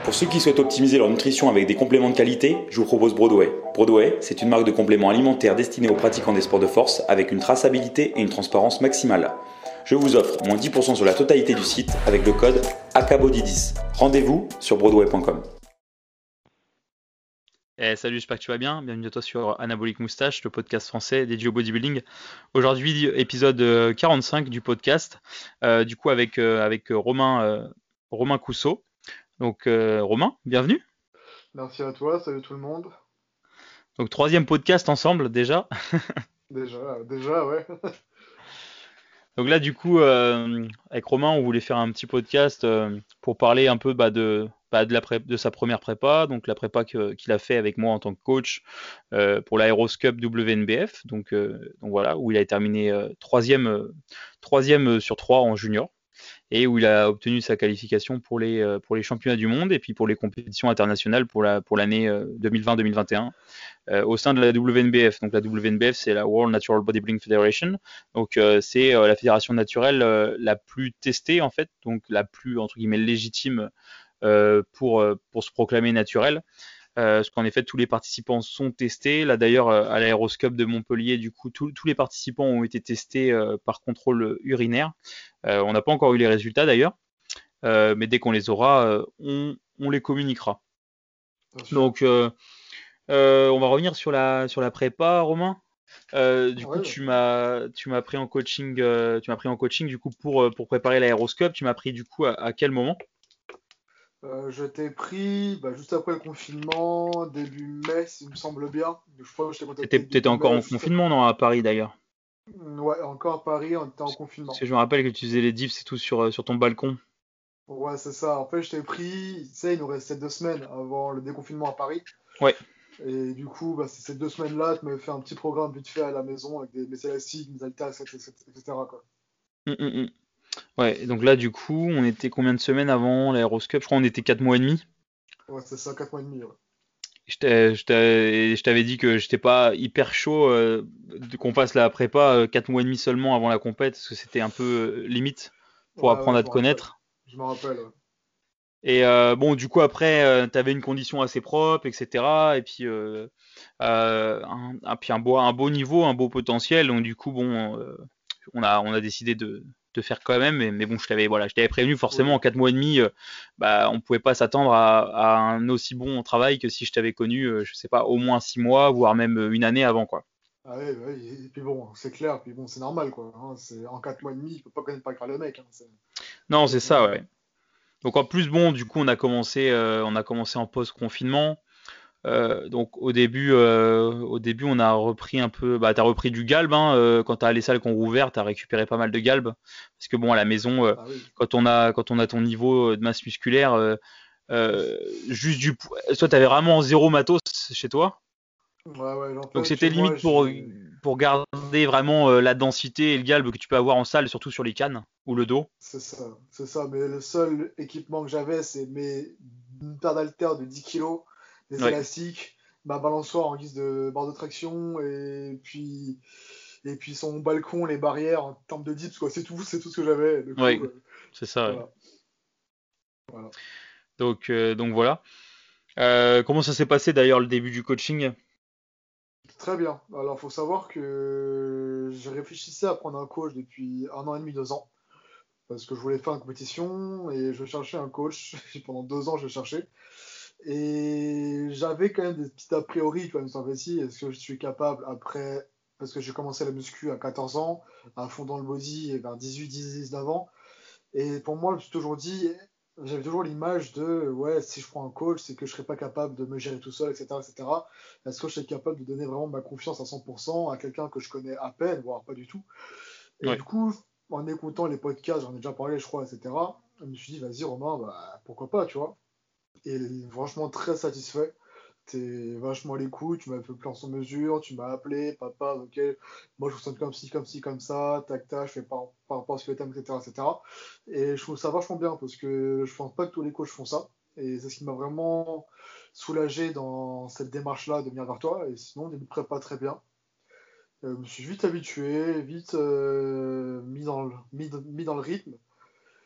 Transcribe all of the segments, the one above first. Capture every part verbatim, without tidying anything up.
Pour ceux qui souhaitent optimiser leur nutrition avec des compléments de qualité, je vous propose Broadway. Broadway, c'est une marque de compléments alimentaires destinée aux pratiquants des sports de force avec une traçabilité et une transparence maximale. Je vous offre moins dix pour cent sur la totalité du site avec le code A K B O D I dix. Rendez-vous sur broadway point com. Eh, salut, j'espère que tu vas bien. Bienvenue à toi sur Anabolic Moustache, le podcast français dédié au bodybuilding. Aujourd'hui, épisode euh, quarante-cinq du podcast, euh, du coup avec, euh, avec euh, Romain, euh, Romain Cousseau. Donc euh, Romain, bienvenue. Merci à toi, salut tout le monde. Donc troisième podcast ensemble déjà. Déjà, déjà, ouais. Donc là, du coup, euh, avec Romain, on voulait faire un petit podcast euh, pour parler un peu bah, de, bah, de, la pré- de sa première prépa, donc la prépa que- qu'il a fait avec moi en tant que coach euh, pour l'Aeroscup W N B F, donc, euh, donc voilà, où il a terminé euh, troisième, euh, troisième euh, sur trois en junior, et où il a obtenu sa qualification pour les, euh, pour les championnats du monde et puis pour les compétitions internationales pour la, pour l'année euh, deux mille vingt deux mille vingt et un. Euh, au sein de la W N B F. Donc la W N B F, c'est la World Natural Bodybuilding Federation. Donc euh, c'est euh, la fédération naturelle euh, la plus testée en fait, donc la plus entre guillemets légitime euh, pour euh, pour se proclamer naturel. Euh, parce qu'en effet, tous les participants sont testés. Là, d'ailleurs, euh, à l'Aéroscope de Montpellier, du coup, tous tous les participants ont été testés euh, par contrôle urinaire. Euh, on n'a pas encore eu les résultats, d'ailleurs, euh, mais dès qu'on les aura, euh, on, on les communiquera. Bien sûr. Donc, euh, euh, on va revenir sur la sur la prépa, Romain. Euh, du coup, Ouais, tu m'as tu m'as pris en coaching, euh, tu m'as pris en coaching du coup pour euh, pour préparer l'aéroscope. Tu m'as pris du coup à, à quel moment? euh, je t'ai pris bah, juste après le confinement, début mai, s'il me semble bien. Je crois que je t'ai T'étais contacté t'étais début encore mai, en juste confinement, non, à Paris d'ailleurs. ouais, encore à Paris, on était en Parce confinement. que je me rappelle que tu faisais les diffs et tout sur euh, sur ton balcon. Ouais, c'est ça. En fait, je t'ai pris, tu sais, il nous restait deux semaines avant le déconfinement à Paris. Ouais. Et du coup, bah, c'est ces deux semaines-là, tu m'avais fait un petit programme vite fait à la maison avec des mes élastiques, mes haltères, et cetera, et cetera quoi. Hum, hum, hum. Ouais. Et donc là, du coup, on était combien de semaines avant l'aéroscope? Je crois qu'on était quatre mois et demi. Ouais, c'est ça, quatre mois et demi, ouais. Je t'ai- je t'ai- je t'avais dit que j'étais pas hyper chaud euh, de- qu'on fasse la prépa euh, quatre mois et demi seulement avant la compète, parce que c'était un peu euh, limite pour Ouais, ouais, apprendre à je te me rappelle. connaître. Je me rappelle, ouais. Et euh, bon, du coup, après, euh, tu avais une condition assez propre, et cetera. Et puis, euh, euh, un, un- puis un beau, un beau niveau, un beau potentiel. Donc, du coup, bon, euh, on a, on a décidé de, de faire quand même. Mais, mais bon, je t'avais, voilà, je t'avais prévenu, forcément, en Oui. quatre mois et demi, euh, bah, on pouvait pas s'attendre à, à un aussi bon travail que si je t'avais connu, euh, je sais pas, au moins six mois, voire même euh, une année avant, quoi. Ah ouais, ouais, et et puis bon, c'est clair, puis bon, c'est normal quoi. Hein, c'est en quatre mois et demi, il peut pas connaître par cœur le mec. Hein, c'est Non, tout à c'est fait ça, normal. ouais. Donc, en plus, bon, du coup, on a commencé, euh, on a commencé en post-confinement. Euh, donc au début, euh, au début, on a repris un peu. Bah, t'as repris du galbe, hein, euh, quand t'as les salles qui ont rouvert, t'as récupéré pas mal de galbe. Parce que bon, à la maison, euh, Ah oui. quand on a, quand on a ton niveau de masse musculaire, euh, euh, juste du, pou- toi, t'avais vraiment zéro matos chez toi. Ouais, ouais, en Donc fait, chez c'était moi, limite pour j'ai. pour garder vraiment euh, la densité et le galbe que tu peux avoir en salle, surtout sur les cannes ou le dos. C'est ça, c'est ça. Mais le seul équipement que j'avais, c'est mes une paire d'haltères de dix kilos, des Ouais, élastiques, ma balançoire en guise de barre de traction, et puis. Et puis son balcon, les barrières en termes de dips, quoi. C'est tout, c'est tout ce que j'avais. Du ouais, coup, euh, c'est ça. Ouais. voilà. Voilà. Donc euh, donc voilà. Euh, comment ça s'est passé d'ailleurs le début du coaching? Très bien. Alors, faut savoir que je réfléchissais à prendre un coach depuis un an et demi, deux ans, parce que je voulais faire une compétition et je cherchais un coach. Pendant deux ans, je cherchais. Et j'avais quand même des petits a priori, comme ça si est-ce que je suis capable après, parce que j'ai commencé la muscu à quatorze ans, à fond dans le body et vers dix-huit, dix-neuf ans. Et pour moi, je me suis toujours dit, j'avais toujours l'image de, ouais, si je prends un coach, c'est que je serais pas capable de me gérer tout seul, et cetera, et cetera. Est-ce que je serais capable de donner vraiment ma confiance à cent pour cent à quelqu'un que je connais à peine, voire pas du tout? Et Ouais. du coup, en écoutant les podcasts, j'en ai déjà parlé, je crois, et cetera, je me suis dit, vas-y, Romain, bah, pourquoi pas, tu vois? Et franchement, très satisfait. T'es vachement à l'écoute, tu m'as fait plein sur mesure, tu m'as appelé, papa, ok, moi je vous sens comme ci, comme ci, comme ça, tac, tac, je fais par, par rapport à ce que t'aimes, et cetera, et cetera. Et cetera. Et je trouve ça vachement bien parce que je pense pas que tous les coachs font ça. Et c'est ce qui m'a vraiment soulagé dans cette démarche-là de venir vers toi. Et sinon, début de prépa très bien. Euh, je me suis vite habitué, vite euh, mis, dans le, mis, mis dans le rythme.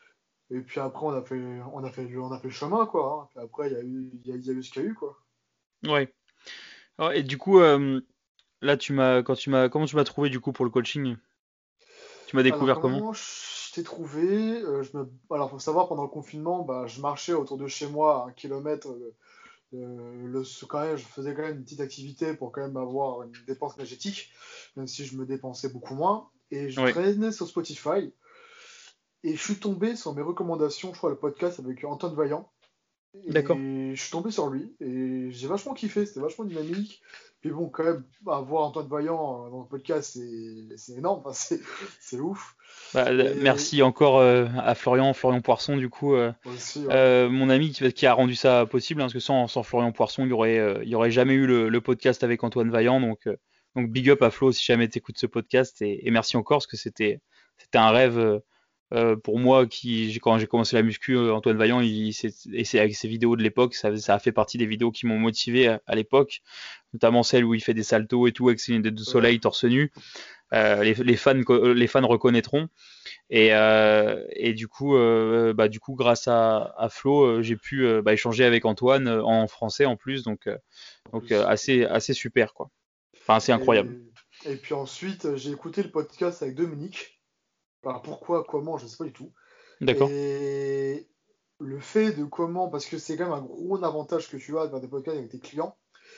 Et puis après, on a fait, on a fait, le- on a fait le chemin, quoi. Hein. Puis après, il y a eu, il y a, il y a eu ce qu'il y a eu, quoi. Ouais. Ah, et du coup, euh, là, tu m'as, quand tu m'as, comment tu m'as trouvé du coup pour le coaching? Tu m'as Alors, découvert comment? comment je t'ai trouvé? Euh, je me... Alors, faut savoir, pendant le confinement, bah, je marchais autour de chez moi à un kilomètre. Euh, euh, le, ce- quand même, je faisais quand même une petite activité pour quand même avoir une dépense énergétique, même si je me dépensais beaucoup moins. Et je Ouais, traînais sur Spotify et je suis tombé sur mes recommandations, je crois, le podcast avec Antoine Vaillant. d'accord. Et je suis tombé sur lui et j'ai vachement kiffé, c'était vachement dynamique. Puis bon, quand même, bah, voir Antoine Vaillant euh, dans le podcast, c'est c'est énorme, enfin, c'est c'est ouf. Bah, euh, Et merci encore euh, à Florian, Florian Poisson, du coup, euh, aussi, ouais, euh, mon ami qui, qui a rendu ça possible, hein, parce que sans, sans Florian Poisson, il y aurait, euh, il y aurait jamais eu le, le podcast avec Antoine Vaillant. Donc, euh, donc big up à Flo si jamais tu écoutes ce podcast, et, et merci encore parce que c'était, c'était un rêve euh, euh, pour moi qui, j'ai- quand j'ai commencé la muscu, euh, Antoine Vaillant, il, c'est, et c'est avec ses vidéos de l'époque, ça, ça a fait partie des vidéos qui m'ont motivé à, à l'époque, notamment celle où il fait des saltos et tout avec ses lunettes de ouais, soleil torse nu. Euh, les, les fans, co- les fans reconnaîtront. Et, euh, et du coup, euh, bah, du coup, grâce à, à Flo, euh, j'ai pu euh, bah, échanger avec Antoine euh, en français en plus, donc, euh, en donc euh, plus. assez, assez super quoi. Enfin, assez Et, incroyable. et puis ensuite, j'ai écouté le podcast avec Dominique. Alors pourquoi, comment, je sais pas du tout. D'accord. Et le fait de comment, parce que c'est quand même un gros avantage que tu as de faire des podcasts avec tes clients.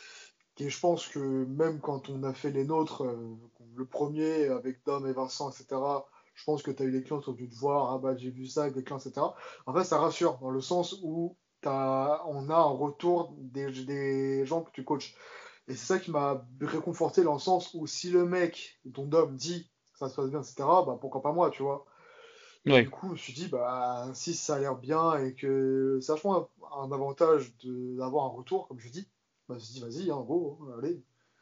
Et je pense que même quand on a fait les nôtres, euh, le premier avec Dom et Vincent, et cetera, je pense que tu as eu des clients qui ont dû te voir, ah bah j'ai vu ça avec des clients, et cetera. En fait, ça rassure, dans le sens où t'as, on a un retour des, des gens que tu coaches. Et c'est ça qui m'a réconforté dans le sens où si le mec, ton Dom, dit que ça se passe bien, et cetera, bah pourquoi pas moi, tu vois. Et Ouais. du coup, je me suis dit, bah si ça a l'air bien et que c'est vachement un avantage de- d'avoir un retour, comme je dis, bah, je me suis dit, vas-y, hein, go, hein, allez.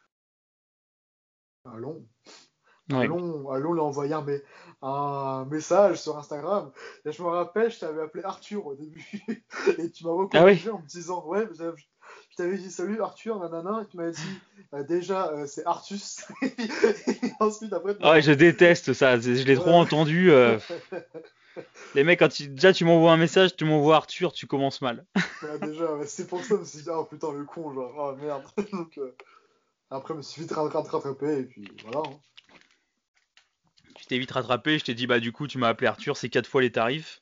Allons, Ouais. allons, allons lui envoyer un, mé- un message sur Instagram. Et je me rappelle, je t'avais appelé Arthur au début. Et tu m'as Ah oui. recorrigé en me disant, ouais, je je t'avais dit salut Arthur, nanana. Et tu m'avais dit, euh, déjà, euh, c'est Artus. Et ensuite, après, tu Ah ouais, m'as. je déteste ça. c'est- Je l'ai trop Ouais, entendu. euh, Les mecs, quand tu, déjà tu m'envoies un message, tu m'envoies Arthur, tu commences mal. ouais, déjà, ouais, c'est pour ça que je me suis dit, oh putain, le con, genre, oh merde. Donc, euh, après, je me suis vite rattrapé, et puis voilà. Hein. Tu t'es vite rattrapé. Je t'ai dit bah du coup tu m'as appelé Arthur, c'est quatre fois les tarifs.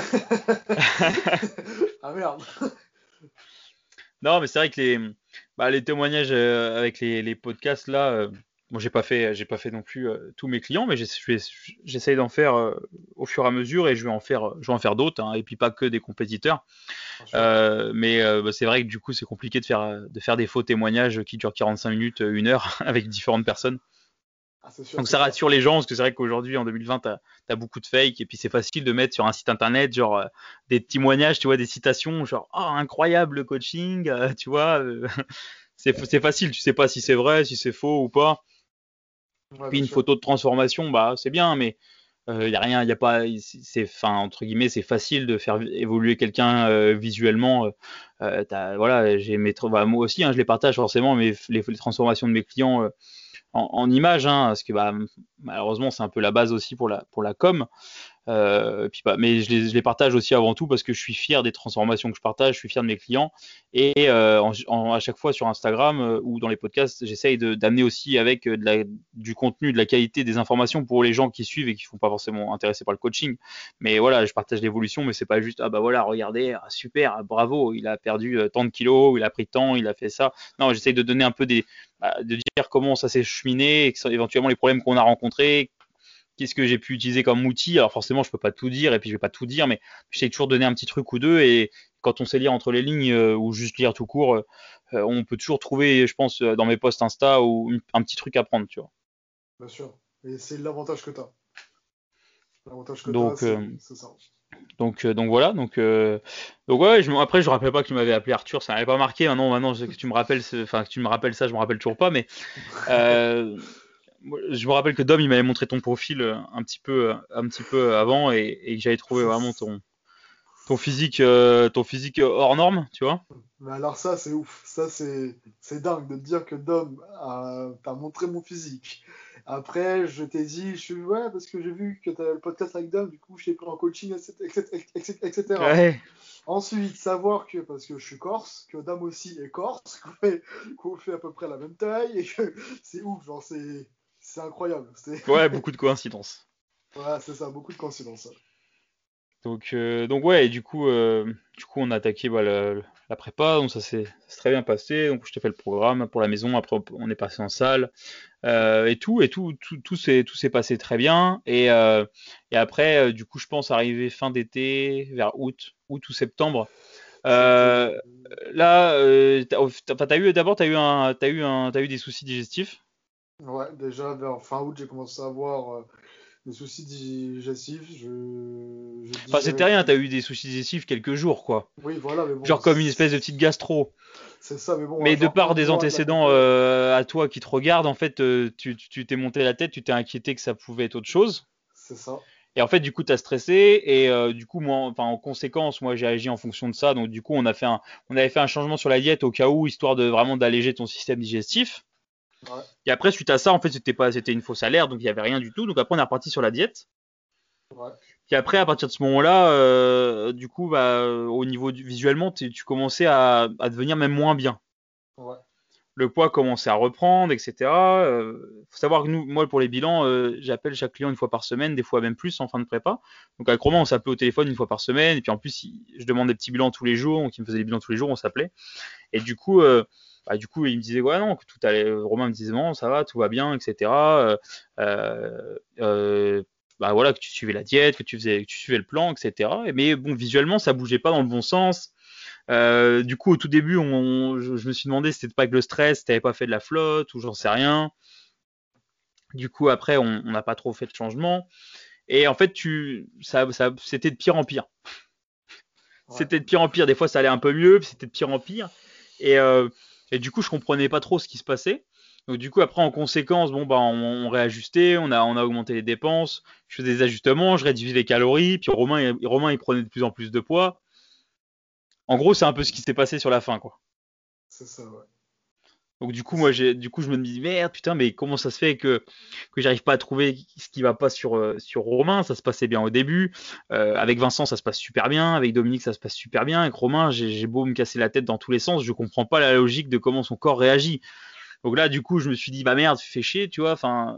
Ah merde. Non, mais c'est vrai que les, bah, les témoignages euh, avec les, les podcasts là, euh, bon, j'ai pas fait, j'ai pas fait non plus euh, tous mes clients, mais j'ess- je vais- j'essaye d'en faire euh, au fur et à mesure et je vais en faire, je vais en faire d'autres, hein, et puis pas que des compétiteurs. Bien sûr. Euh, mais euh, bah, c'est vrai que du coup c'est compliqué de faire, euh, de faire des faux témoignages qui durent quarante-cinq minutes, euh, une heure avec différentes personnes. Ah, c'est sûr, Donc c'est ça clair. rassure les gens parce que c'est vrai qu'aujourd'hui en deux mille vingt t'as as beaucoup de fake et puis c'est facile de mettre sur un site internet genre euh, des témoignages, tu vois, des citations genre oh incroyable le coaching, euh, tu vois, euh, c'est c'est facile, tu sais pas si c'est vrai, si c'est faux ou pas. Ouais, Puis bien une sûr. photo de transformation, bah c'est bien, mais il euh, y a rien, il y a pas, c'est, enfin entre guillemets, c'est facile de faire évoluer quelqu'un euh, visuellement. Euh, euh, t'as- voilà, j'ai mes, tra- bah, moi aussi, hein, je les partage forcément, mais les, les transformations de mes clients euh, en, en images, hein, parce que bah malheureusement c'est un peu la base aussi pour la pour la com. Euh, puis bah, mais je les, je les partage aussi avant tout parce que je suis fier des transformations que je partage, je suis fier de mes clients. Et euh, en, en- à chaque fois sur Instagram euh, ou dans les podcasts, j'essaye de- d'amener aussi avec euh, de la, du contenu, de la qualité, des informations pour les gens qui suivent et qui ne sont pas forcément intéressés par le coaching. Mais voilà, je partage l'évolution, mais c'est pas juste ah bah voilà, regardez, ah, super, bravo, il a perdu euh, tant de kilos, il a pris tant, il a fait ça. Non, j'essaye de donner un peu des, bah, de dire comment ça s'est cheminé, et que, éventuellement les problèmes qu'on a rencontrés, qu'est-ce que j'ai pu utiliser comme outil. Alors forcément, je peux pas tout dire et puis je vais pas tout dire, mais j'essaie de toujours donner un petit truc ou deux. Et quand on sait lire entre les lignes euh, ou juste lire tout court, euh, euh, on peut toujours trouver, je pense, euh, dans mes posts Insta ou une- un petit truc à prendre, tu vois. Bien sûr. Et c'est l'avantage que tu as. L'avantage que tu as, Donc, c'est euh, c'est ça. donc, euh, donc voilà. Donc, euh, donc ouais. Je, me- après, je me rappelais pas qu'il m'avait appelé Arthur. Ça m'avait pas marqué. Maintenant, maintenant que tu me rappelles, ce- enfin que tu me rappelles ça, je me rappelle toujours pas. Mais euh, moi, je me rappelle que Dom, il m'avait montré ton profil euh, un petit peu, euh, un petit peu avant et, et que j'avais trouvé vraiment C'est- ton ton physique, euh, ton physique hors norme, tu vois. Mais alors ça, c'est ouf. Ça, c'est c'est dingue de te dire que Dom a- t'a montré mon physique. Après, je t'ai dit, je suis ouais, parce que j'ai vu que tu as le podcast avec Dom, du coup, je t'ai pris en coaching, et cetera, et cetera, et cetera. Ouais. Ensuite, savoir que, parce que je suis corse, que Dom aussi est corse, qu'on fait, qu'on fait à peu près la même taille, et que c'est ouf, genre, c'est, c'est incroyable. C'est... Ouais, beaucoup de coïncidences. Ouais, c'est ça, beaucoup de coïncidences. Ouais. Donc, euh, donc ouais, et du coup, euh, du coup, on a attaqué bah, la, la prépa, donc ça s'est ça s'est très bien passé. Donc, je t'ai fait le programme pour la maison. Après, on on est passé en salle euh, et tout, et tout, tout, tout s'est tout s'est passé très bien. Et, euh, et après, euh, du coup, je pense arriver fin d'été, vers août, août ou septembre. C'était. Euh, là, euh, t'as, enfin, t'as eu d'abord, t'as eu un, t'as eu un, t'as eu des soucis digestifs. Ouais, déjà vers fin août, j'ai commencé à avoir euh, des soucis digestifs. Je, je Enfin, c'était digérais rien, t'as plus. eu des soucis digestifs quelques jours, quoi. Oui, voilà, mais bon, Genre comme une espèce de petite gastro. c'est ça, mais bon, à Mais de genre par un des mois de la antécédents compète. euh, à toi qui te regardent, en fait, euh, tu tu- tu t'es monté la tête, tu t'es inquiété que ça pouvait être autre chose. C'est ça. Et en fait, du coup, t'as stressé. Et euh, du coup, moi, enfin, en conséquence, moi, j'ai agi en fonction de ça. Donc, du coup, on a fait un, on avait fait un changement sur la diète au cas où, histoire de vraiment d'alléger ton système digestif. Ouais, Et après, suite à ça, en fait, c'était pas, c'était une fausse alerte, donc il y avait rien du tout. Donc après, on est reparti sur la diète. ouais, Puis après, à partir de ce moment-là, euh, du coup, bah, au niveau du, visuellement, tu tu commençais à, à devenir même moins bien. ouais, Le poids commençait à reprendre, et cetera. Euh, faut savoir que nous, moi, pour les bilans, euh, j'appelle chaque client une fois par semaine, des fois même plus en fin de prépa. Donc avec Romain, on s'appelait au téléphone une fois par semaine. Et puis en plus, il- je demande des petits bilans tous les jours, donc il me faisait des bilans tous les jours, on s'appelait. Et du coup, euh, bah, du coup, il me disait ouais non, que tout allait. Romain me disait non, ça va, tout va bien, et cetera. Euh, euh, euh, bah voilà, que tu suivais la diète, que tu faisais, que tu suivais le plan, et cetera. Mais bon, visuellement, ça bougeait pas dans le bon sens. Euh, du coup, au tout début, on, je, je me suis demandé si c'était pas que le stress, si t'avais pas fait de la flotte ou j'en sais rien. Du coup, après, on on n'a pas trop fait de changement. Et en fait, tu, ça, ça, c'était de pire en pire. ouais. C'était de pire en pire. Des fois, ça allait un peu mieux, puis c'était de pire en pire. Et, euh, et du coup, je comprenais pas trop ce qui se passait. Donc du coup, après, en conséquence, bon bah, on, on réajustait, on a, on a augmenté les dépenses. Je faisais des ajustements, je réduisais les calories. Puis Romain, il- Romain, il prenait de plus en plus de poids. En gros, c'est un peu ce qui s'est passé sur la fin, quoi. C'est ça, ouais. Donc du coup, moi, j'ai, du coup, je me dis merde, putain, mais comment ça se fait que que j'arrive pas à trouver ce qui va pas sur euh, sur Romain? Ça se passait bien au début. Euh, avec Vincent, ça se passe super bien. Avec Dominique, ça se passe super bien. Avec Romain, j'ai j'ai beau me casser la tête dans tous les sens, je comprends pas la logique de comment son corps réagit. Donc là, du coup, je me suis dit bah merde, fais chier, tu vois. Enfin,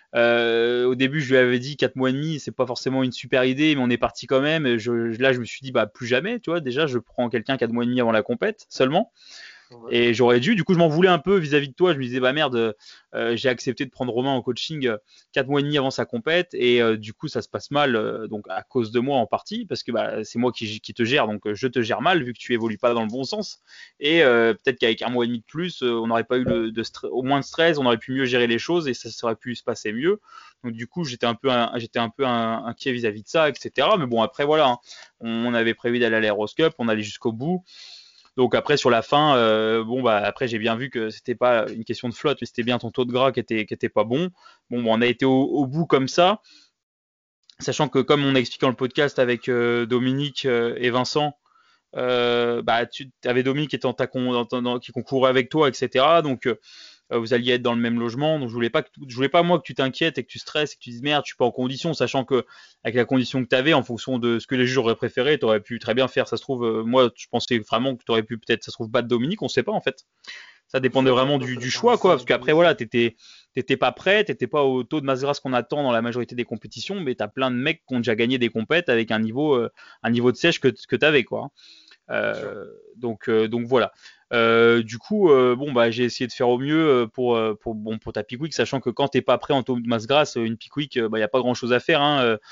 euh, au début, je lui avais dit quatre mois et demi, c'est pas forcément une super idée, mais on est parti quand même. Je, là, je me suis dit bah plus jamais, tu vois. Déjà, je prends quelqu'un quatre mois et demi avant la compète seulement. Ouais, Et j'aurais dû, du coup, je m'en voulais un peu vis-à-vis de toi. Je me disais, bah merde, euh, j'ai accepté de prendre Romain en coaching euh, quatre mois et demi avant sa compète. Et euh, du coup, ça se passe mal, euh, donc à cause de moi en partie, parce que bah, c'est moi qui, qui te gère, donc euh, je te gère mal vu que tu évolues pas dans le bon sens. Et euh, peut-être qu'avec un mois et demi de plus, euh, on n'aurait pas eu le, de stre- au moins de stress, on aurait pu mieux gérer les choses et ça aurait pu se passer mieux. Donc du coup, j'étais un peu, un, j'étais un peu un, inquiet vis-à-vis de ça, et cetera. Mais bon, après voilà, hein, on avait prévu d'aller à l'Aéroscope, on allait jusqu'au bout. Donc après sur la fin, euh, bon bah après j'ai bien vu que c'était pas une question de flotte, mais c'était bien ton taux de gras qui était qui était pas bon. Bon, bon on a été au, au bout comme ça, sachant que comme on a expliqué dans le podcast avec euh, Dominique euh, et Vincent, euh, bah tu avais Dominique qui était en ta con, dans, dans, qui concourait avec toi, et cetera. Donc euh, vous alliez être dans le même logement, donc je voulais pas que, je voulais pas moi que tu t'inquiètes et que tu stresses et que tu dises merde, je suis pas en condition, sachant que avec la condition que tu avais, en fonction de ce que les juges auraient préféré, tu aurais pu très bien faire. Ça se trouve, euh, moi je pensais vraiment que tu aurais pu peut-être, ça se trouve, battre Dominique, on sait pas en fait. Ça dépendait ça, vraiment ça, du, ça du dépend de choix, quoi, ça, parce comme qu'après je voilà, dis. t'étais t'étais pas prêt, t'étais pas au taux de masse grasse qu'on attend dans la majorité des compétitions, mais t'as plein de mecs qui ont déjà gagné des compètes avec un niveau, euh, un niveau de sèche que, que t'avais, quoi. Bien sûr. Euh, donc, euh, donc voilà. Euh, du coup, euh, bon bah j'ai essayé de faire au mieux euh, pour euh, pour bon pour ta pickwick, sachant que quand t'es pas prêt en taux de masse grasse, une pickwick, euh, bah y a pas grand chose à faire. Hein, euh,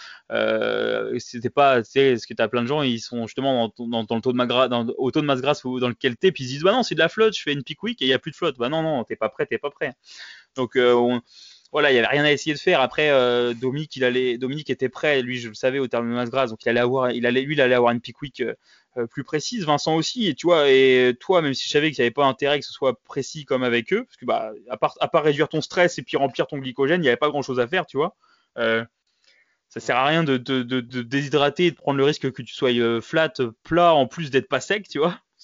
euh, c'était pas, tu sais, parce que t'as plein de gens, ils sont justement dans, dans, dans le taux de masse grasse, dans, au taux de masse grasse ou dans lequel t'es, puis ils se disent bah non c'est de la flotte, je fais une pickwick et il y a plus de flotte. Bah non non, t'es pas prêt, t'es pas prêt. Donc C'est euh, ça. on, voilà, il y avait rien à essayer de faire. Après, euh, Dominique, il allait, Dominique était prêt, lui, je le savais au terme de masse grasse, donc il allait avoir, il allait, lui, il allait avoir une pickwick euh, euh, plus précise. Vincent aussi, et tu vois, et toi, même si je savais qu'il n'y avait pas intérêt que ce soit précis comme avec eux, parce que bah, à part, à part réduire ton stress et puis remplir ton glycogène, il n'y avait pas grand chose à faire, tu vois. Euh, ça sert Ouais. à rien de, de, de, de déshydrater et de prendre le risque que tu sois euh, flat, plat, en plus d'être pas sec, tu vois.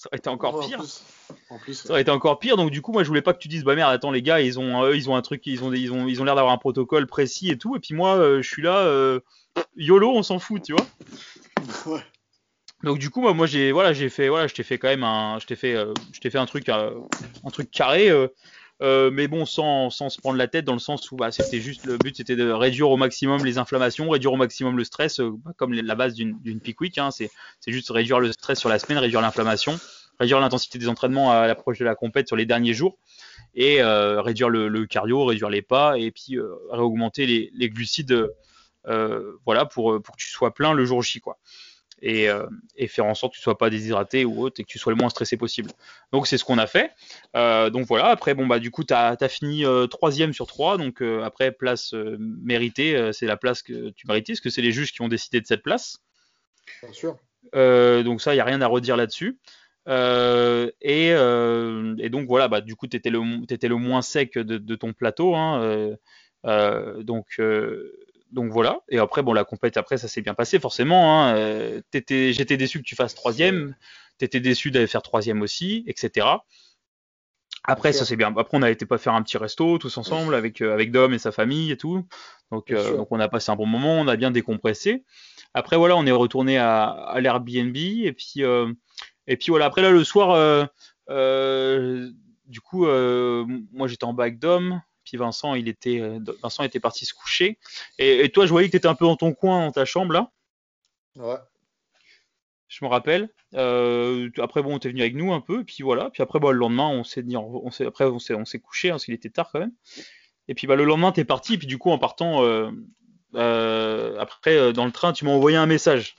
Ça aurait été encore Ouais, en pire. plus, en plus, Ça aurait été encore pire. Donc du coup, moi, je voulais pas que tu dises, bah merde, attends les gars, ils ont, eux, ils ont un truc, ils ont, des- ils ont, ils ont l'air d'avoir un protocole précis et tout. Et puis moi, euh, je suis là, euh, YOLO, on s'en fout, tu vois. ouais. Donc du coup, moi, moi j'ai, voilà, j'ai fait, voilà, je t'ai fait quand même un, je t'ai fait, euh, je t'ai fait un truc, euh, un truc carré. euh, euh, mais bon, sans, sans se prendre la tête, dans le sens où bah, c'était juste le but, c'était de réduire au maximum les inflammations, réduire au maximum le stress, euh, bah, comme la base d'une, d'une peak week. Hein, c'est, c'est juste réduire le stress sur la semaine, réduire l'inflammation, réduire l'intensité des entraînements à l'approche de la compète sur les derniers jours, et euh, réduire le, le cardio, réduire les pas, et puis euh, réaugmenter les, les glucides, euh, voilà, pour, pour que tu sois plein le jour J, quoi. Et, euh, et faire en sorte que tu sois pas déshydraté ou autre et que tu sois le moins stressé possible. Donc c'est ce qu'on a fait. Euh, donc voilà, après bon bah du coup tu as fini euh, troisième sur trois, donc euh, après place euh, méritée, euh, c'est la place que tu méritais, parce que c'est les juges qui ont décidé de cette place. Bien sûr. Euh, donc ça, il n'y a rien à redire là-dessus. Euh, et, euh, et donc voilà, bah, du coup, tu étais le, t'étais le moins sec de, de ton plateau. Hein, euh, euh, donc, euh, donc voilà. Et après, bon, la compète, après, ça s'est bien passé forcément. Hein, euh, t'étais, j'étais déçu que tu fasses troisième. T'étais déçu d'aller faire troisième aussi, et cetera. Bien Après, ça sûr. c'est bien. Après, on a été pas faire un petit resto tous ensemble avec euh, avec Dom et sa famille et tout. Donc, Bien euh, sûr. donc on a passé un bon moment, on a bien décompressé. Après, voilà, on est retourné à, à l'Airbnb et puis euh, et puis voilà. Après là, le soir, euh, euh, du coup, euh, moi j'étais en bas avec Dom. Puis Vincent, il était, euh, Vincent était parti se coucher. Et, et toi, je voyais que tu étais un peu dans ton coin, dans ta chambre là. Ouais. Je me rappelle. Euh, après bon, t'es venu avec nous un peu, et puis voilà. Puis après, bah, le lendemain, on s'est dit, on s'est, après on s'est, on s'est couché, hein, parce qu'il était tard quand même. Et puis bah le lendemain, t'es parti, et puis du coup, en partant, euh, euh, après euh, dans le train, tu m'as envoyé un message.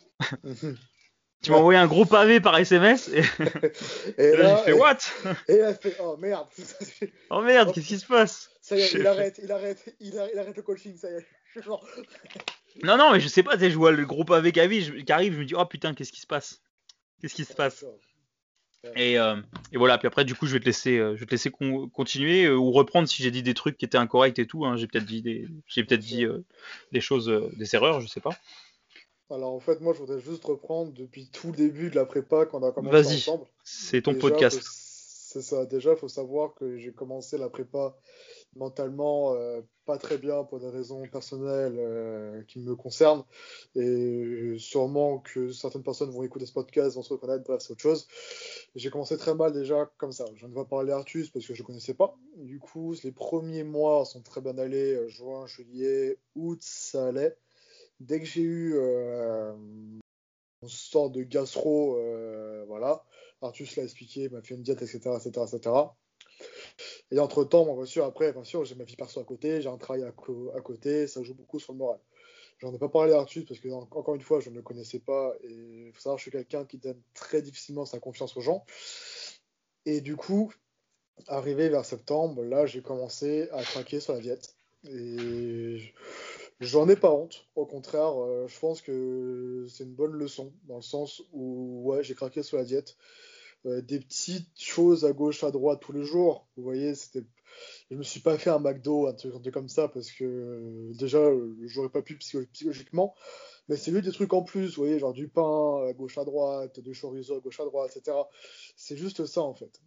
Tu m'as Ouais. envoyé un gros pavé par S M S, et, Et et là j'ai là, fait et, what? et là, il fait, oh merde. Oh merde, Hop, qu'est-ce qui se passe? ça y est, J'ai il fait. arrête, il arrête, il arrête, il arrête le coaching, ça y est. Je suis genre, Non non, mais je sais pas, tu sais, je vois le gros pavé qui arrive, je, qui arrive, je me dis oh putain, qu'est-ce qui se passe? Qu'est-ce qui se ouais, passe? ça, ouais. Et, euh, et voilà, puis après, du coup, je vais te laisser, euh, je vais te laisser con- continuer euh, ou reprendre si j'ai dit des trucs qui étaient incorrects et tout. Hein. J'ai peut-être dit des, j'ai Bien peut-être dit sûr. euh, des choses, euh, des erreurs, je sais pas. Alors en fait, moi, je voudrais juste reprendre depuis tout le début de la prépa quand on a commencé Vas-y, ensemble. c'est ton Déjà, faut, podcast. c'est ça. Déjà, faut savoir que j'ai commencé la prépa mentalement euh, pas très bien pour des raisons personnelles euh, qui me concernent. Et sûrement que certaines personnes vont écouter ce podcast, vont se reconnaître, bref, c'est autre chose. J'ai commencé très mal déjà comme ça. Je ne vais pas parler Artus parce que je ne connaissais pas. Du coup, les premiers mois sont très bien allés. euh, Juin, juillet, août, ça allait. Dès que j'ai eu euh, une sorte de gastro, euh, voilà, Artus l'a expliqué, m'a fait une diète, et cetera, et cetera, et cetera. Et entre-temps, moi, bien sûr, après, bien sûr, j'ai ma vie perso à côté, j'ai un travail à, co- à côté, ça joue beaucoup sur le moral. J'en ai pas parlé à Artus parce que, en- encore une fois, je ne le connaissais pas et il faut savoir, je suis quelqu'un qui donne très difficilement sa confiance aux gens. Et du coup, arrivé vers septembre, là, j'ai commencé à craquer sur la diète. Et j'en ai pas honte. Au contraire, euh, je pense que c'est une bonne leçon dans le sens où, ouais, j'ai craqué sur la diète. Euh, des petites choses à gauche, à droite tous les jours. Vous voyez, c'était je me suis pas fait un McDo, un truc, un truc comme ça, parce que euh, déjà, euh, j'aurais pas pu psycho- psychologiquement. Mais c'est juste des trucs en plus, vous voyez, genre du pain à gauche à droite, du chorizo à gauche à droite, et cetera. C'est juste ça, en fait.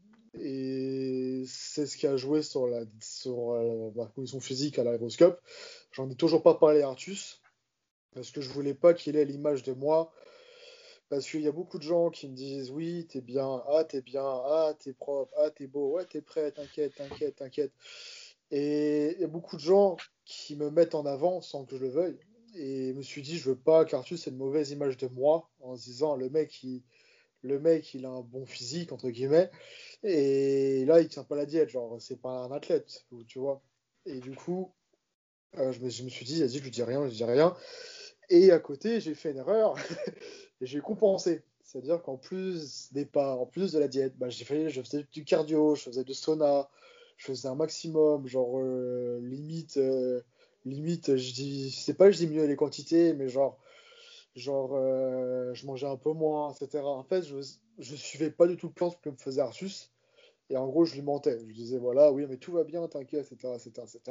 Et c'est ce qui a joué sur la, sur, euh, ma condition physique à l'aéroscope. J'en ai toujours pas parlé à Artus, parce que je voulais pas qu'il ait l'image de moi. Parce qu'il y a beaucoup de gens qui me disent oui, t'es bien, ah, t'es bien, ah, t'es propre, ah, t'es beau, ouais, t'es prêt, t'inquiète, t'inquiète, t'inquiète. Et il y a beaucoup de gens qui me mettent en avant sans que je le veuille. Et je me suis dit, je veux pas qu'Artus ait une mauvaise image de moi en se disant, le mec, il, le mec, il a un bon physique, entre guillemets. Et là, il tient pas la diète, genre, c'est pas un athlète, tu vois. Et du coup, euh, je, me, je me suis dit, vas-y, je lui dis rien, je dis rien. Et à côté, j'ai fait une erreur et j'ai compensé. C'est-à-dire qu'en plus des pas, en plus de la diète, bah, j'ai fait, je faisais du cardio, je faisais du sauna, je faisais un maximum, genre euh, limite, euh, limite, je dis, je sais pas, je diminuais les quantités, mais genre, genre, euh, je mangeais un peu moins, et cetera. En fait, je, je suivais pas du tout le plan que me faisait Arsus. Et en gros, je lui mentais. Je lui disais, voilà, oui, mais tout va bien, t'inquiète, et cetera, et cetera, et cetera.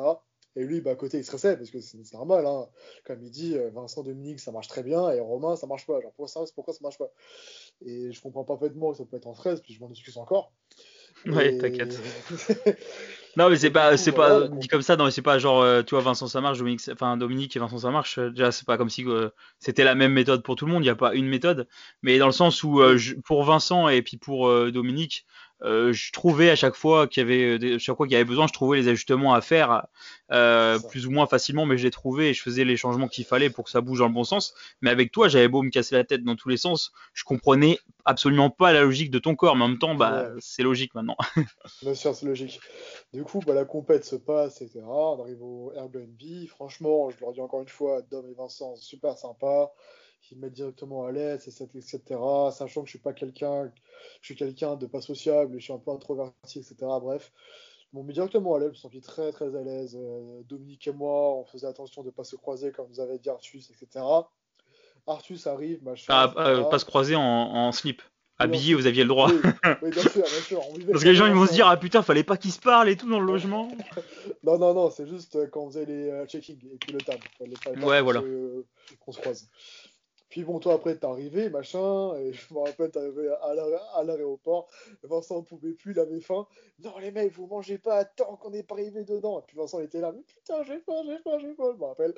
Et lui, bah, à côté, il stressait parce que c'est, c'est normal. Hein. Comme il dit, euh, Vincent, Dominique, ça marche très bien et Romain, ça marche pas. Genre, pourquoi ça, pourquoi ça marche pas? Et je comprends parfaitement que ça peut être en stress, puis je m'en excuse encore. Ouais, Et, t'inquiète. Non, mais c'est et du pas, coup, c'est voilà, pas la dit comp- comme ça. Non, mais c'est pas genre, euh, tu vois, Vincent ça marche, Dominique, c'est- enfin Dominique et Vincent ça marche. euh, Déjà, c'est pas comme si euh, c'était la même méthode pour tout le monde. Il n'y a pas une méthode, mais dans le sens où euh, Oui, je- pour Vincent et puis pour euh, Dominique, euh, je trouvais à chaque fois qu'il y avait, euh, des- chaque fois qu'il y avait besoin, je trouvais les ajustements à faire c'est euh, ça. plus ou moins facilement, mais je les trouvais et je faisais les changements qu'il fallait pour que ça bouge dans le bon sens. Mais avec toi, j'avais beau me casser la tête dans tous les sens, je comprenais absolument pas la logique de ton corps. Mais en même temps, bah, Ouais, c'est logique maintenant. bien sûr, c'est logique. Du coup, bah, la compète se passe, et cetera. On arrive au Airbnb. Franchement, je leur dis encore une fois, Dom et Vincent, super sympa. Ils me mettent directement à l'aise, et cetera. Sachant que je suis pas quelqu'un, je suis quelqu'un de pas sociable, je suis un peu introverti, et cetera. Bref, ils m'ont mis directement à l'aise, je me suis senti très très à l'aise. Euh, Dominique et moi, on faisait attention de pas se croiser, comme vous avez dit Artus, et cetera. Artus arrive, machin, À, à pas et cetera. se croiser en, en slip. Oui, Habillé, ensuite, vous aviez le droit. oui, oui, bien sûr, bien sûr, on vivait Parce que quand les même gens ils vont se dire ensemble. ah putain fallait pas qu'ils se parlent et tout dans le Non, logement. non, non, non, c'est juste euh, quand on faisait les euh, check-in et puis le tab. Il ne fallait pas Ouais qu'on voilà. se, qu'on se croise. Puis bon, toi après, t'es arrivé, machin, et je me rappelle, t'es arrivé à l'are- à l'aéroport. Vincent ne pouvait plus, il avait faim. Non, les mecs, vous mangez pas tant qu'on n'est pas arrivé dedans. Et puis Vincent il était là, mais putain, j'ai faim, j'ai faim, j'ai faim, je me rappelle.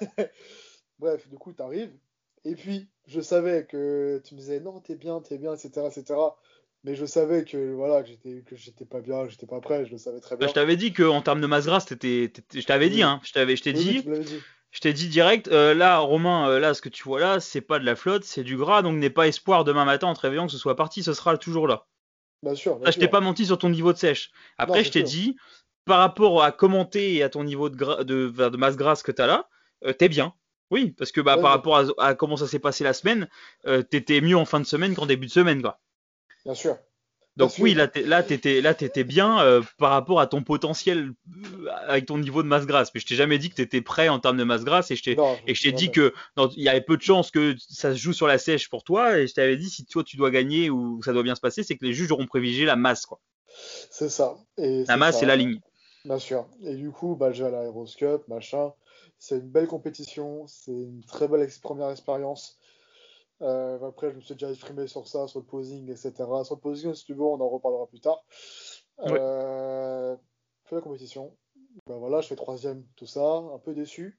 Bref, du coup, t'arrives. Et puis, je savais que tu me disais, non, t'es bien, t'es bien, et cetera, et cetera. Mais je savais que voilà, que j'étais que j'étais pas bien, que j'étais pas prêt, je le savais très Bah, je bien. t'avais dit que en termes de masse grasse, t'étais, t'étais- je t'avais dit Oui, hein, je t'avais, je t'ai oui, oui, tu dit, me l'avais dit. je t'ai dit direct, euh, là Romain, euh, là ce que tu vois là, c'est pas de la flotte, c'est du gras, donc n'aie pas espoir demain matin en te réveillant que ce soit parti, ce sera toujours là. Bien sûr, bien Ça, je t'ai sûr. pas menti sur ton niveau de sèche. Non, Après, c'est je t'ai sûr. dit, par rapport à commenter et à ton niveau de, gra- de, de masse grasse que t'as là, euh, t'es bien. Oui, parce que bah, Oui, par oui, rapport à, à comment ça s'est passé la semaine, euh, t'étais mieux en fin de semaine qu'en début de semaine, quoi. bien sûr. Parce Donc oui, que, là, t'es, là, t'étais, là, t'étais bien euh, par rapport à ton potentiel euh, avec ton niveau de masse grasse. Mais je t'ai jamais dit que t'étais prêt en termes de masse grasse et je t'ai, non, et je je- t'ai dit jamais. que dans- il y avait peu de chances que ça se joue sur la sèche pour toi. Et je t'avais dit si toi tu dois gagner ou ça doit bien se passer, c'est que les juges auront privilégié la masse, quoi. C'est ça. Et La c'est masse et la ça, ligne. bien sûr. Et du coup, bah, je vais à l'Aéroscope, machin. C'est une belle compétition. C'est une très belle ex- première expérience. Euh, après, je me suis déjà exprimé sur ça, sur le posing, et cetera. Sur le posing, si tu veux, on en reparlera plus tard. Ouais. Euh, je fais la compétition. Bah, voilà, je fais troisième, tout ça. Un peu déçu.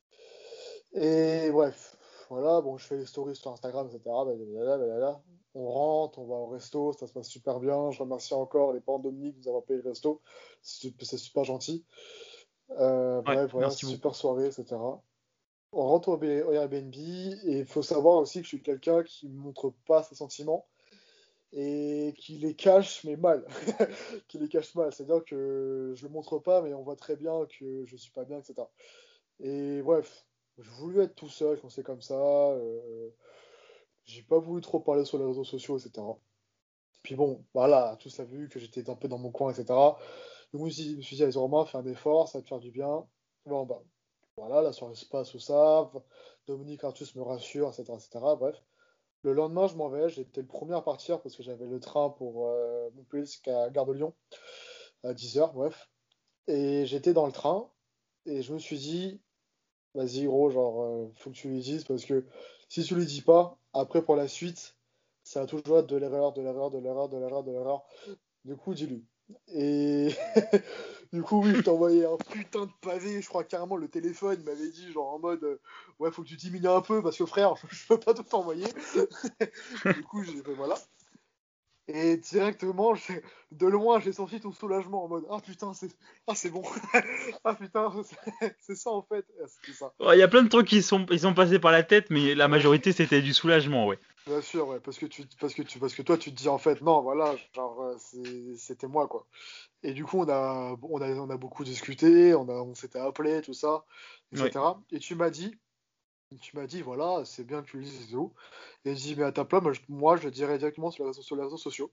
Et bref, voilà, bon, je fais les stories sur Instagram, et cetera. Blablabla, blablabla. On rentre, on va au resto, ça se passe super bien. Je remercie encore les parents de Dominique de nous avoir payé le resto. C'est c'est super gentil. Euh, Ouais, bref, voilà, merci beaucoup. super soirée, et cetera. On rentre au, B- au Airbnb et il faut savoir aussi que je suis quelqu'un qui ne montre pas ses sentiments et qui les cache, mais mal. Qui les cache mal. C'est-à-dire que je le montre pas, mais on voit très bien que je suis pas bien, et cetera. Et bref, je voulais être tout seul quand c'est comme ça. euh, j'ai pas voulu trop parler sur les réseaux sociaux, et cetera. Puis bon, voilà, tous a vu que j'étais un peu dans mon coin, et cetera. Donc je me suis dit, je me suis dit, allez, Romain, fais un effort, ça va te faire du bien. Bon, bah, voilà, la soirée se passe, tout ça. Dominique Artus me rassure, et cetera, et cetera. Bref. Le lendemain, je m'en vais. J'étais le premier à partir parce que j'avais le train pour euh, Montpellier jusqu'à Gare de Lyon à dix heures, bref. Et j'étais dans le train et je me suis dit, vas-y, gros, genre, euh, faut que tu lui dises parce que si tu lui dis pas, après pour la suite, ça va toujours être de l'erreur, de l'erreur, de l'erreur, de l'erreur, de l'erreur. Du coup, dis-lui. Et du coup, oui, je t'ai envoyé un putain de pavé. Je crois carrément le téléphone, il m'avait dit, genre en mode, euh, ouais, faut que tu diminues un peu parce que frère, je peux pas tout t'envoyer. Du coup, j'ai fait voilà. Et directement, j'ai- de loin, j'ai senti ton soulagement en mode, ah putain, c'est ah, c'est bon. Ah putain, c'est c'est ça en fait. Ah, c'était ça. Ouais, il y a plein de trucs qui sont, ils sont passés par la tête, mais la Ouais, majorité c'était du soulagement, ouais. bien sûr, ouais, parce que tu, parce que tu, parce que toi, tu te dis en fait, non, voilà, genre, euh, c'est- c'était moi quoi. Et du coup, on a, on a, on a beaucoup discuté, on a, on s'était appelé, tout ça, Ouais. et cetera. Et tu m'as dit, tu m'as dit, voilà, c'est bien que tu le dises et tout. Et j'ai dit, mais à ta place, moi, je, moi, je le dirais directement sur les réseaux, sur les réseaux sociaux.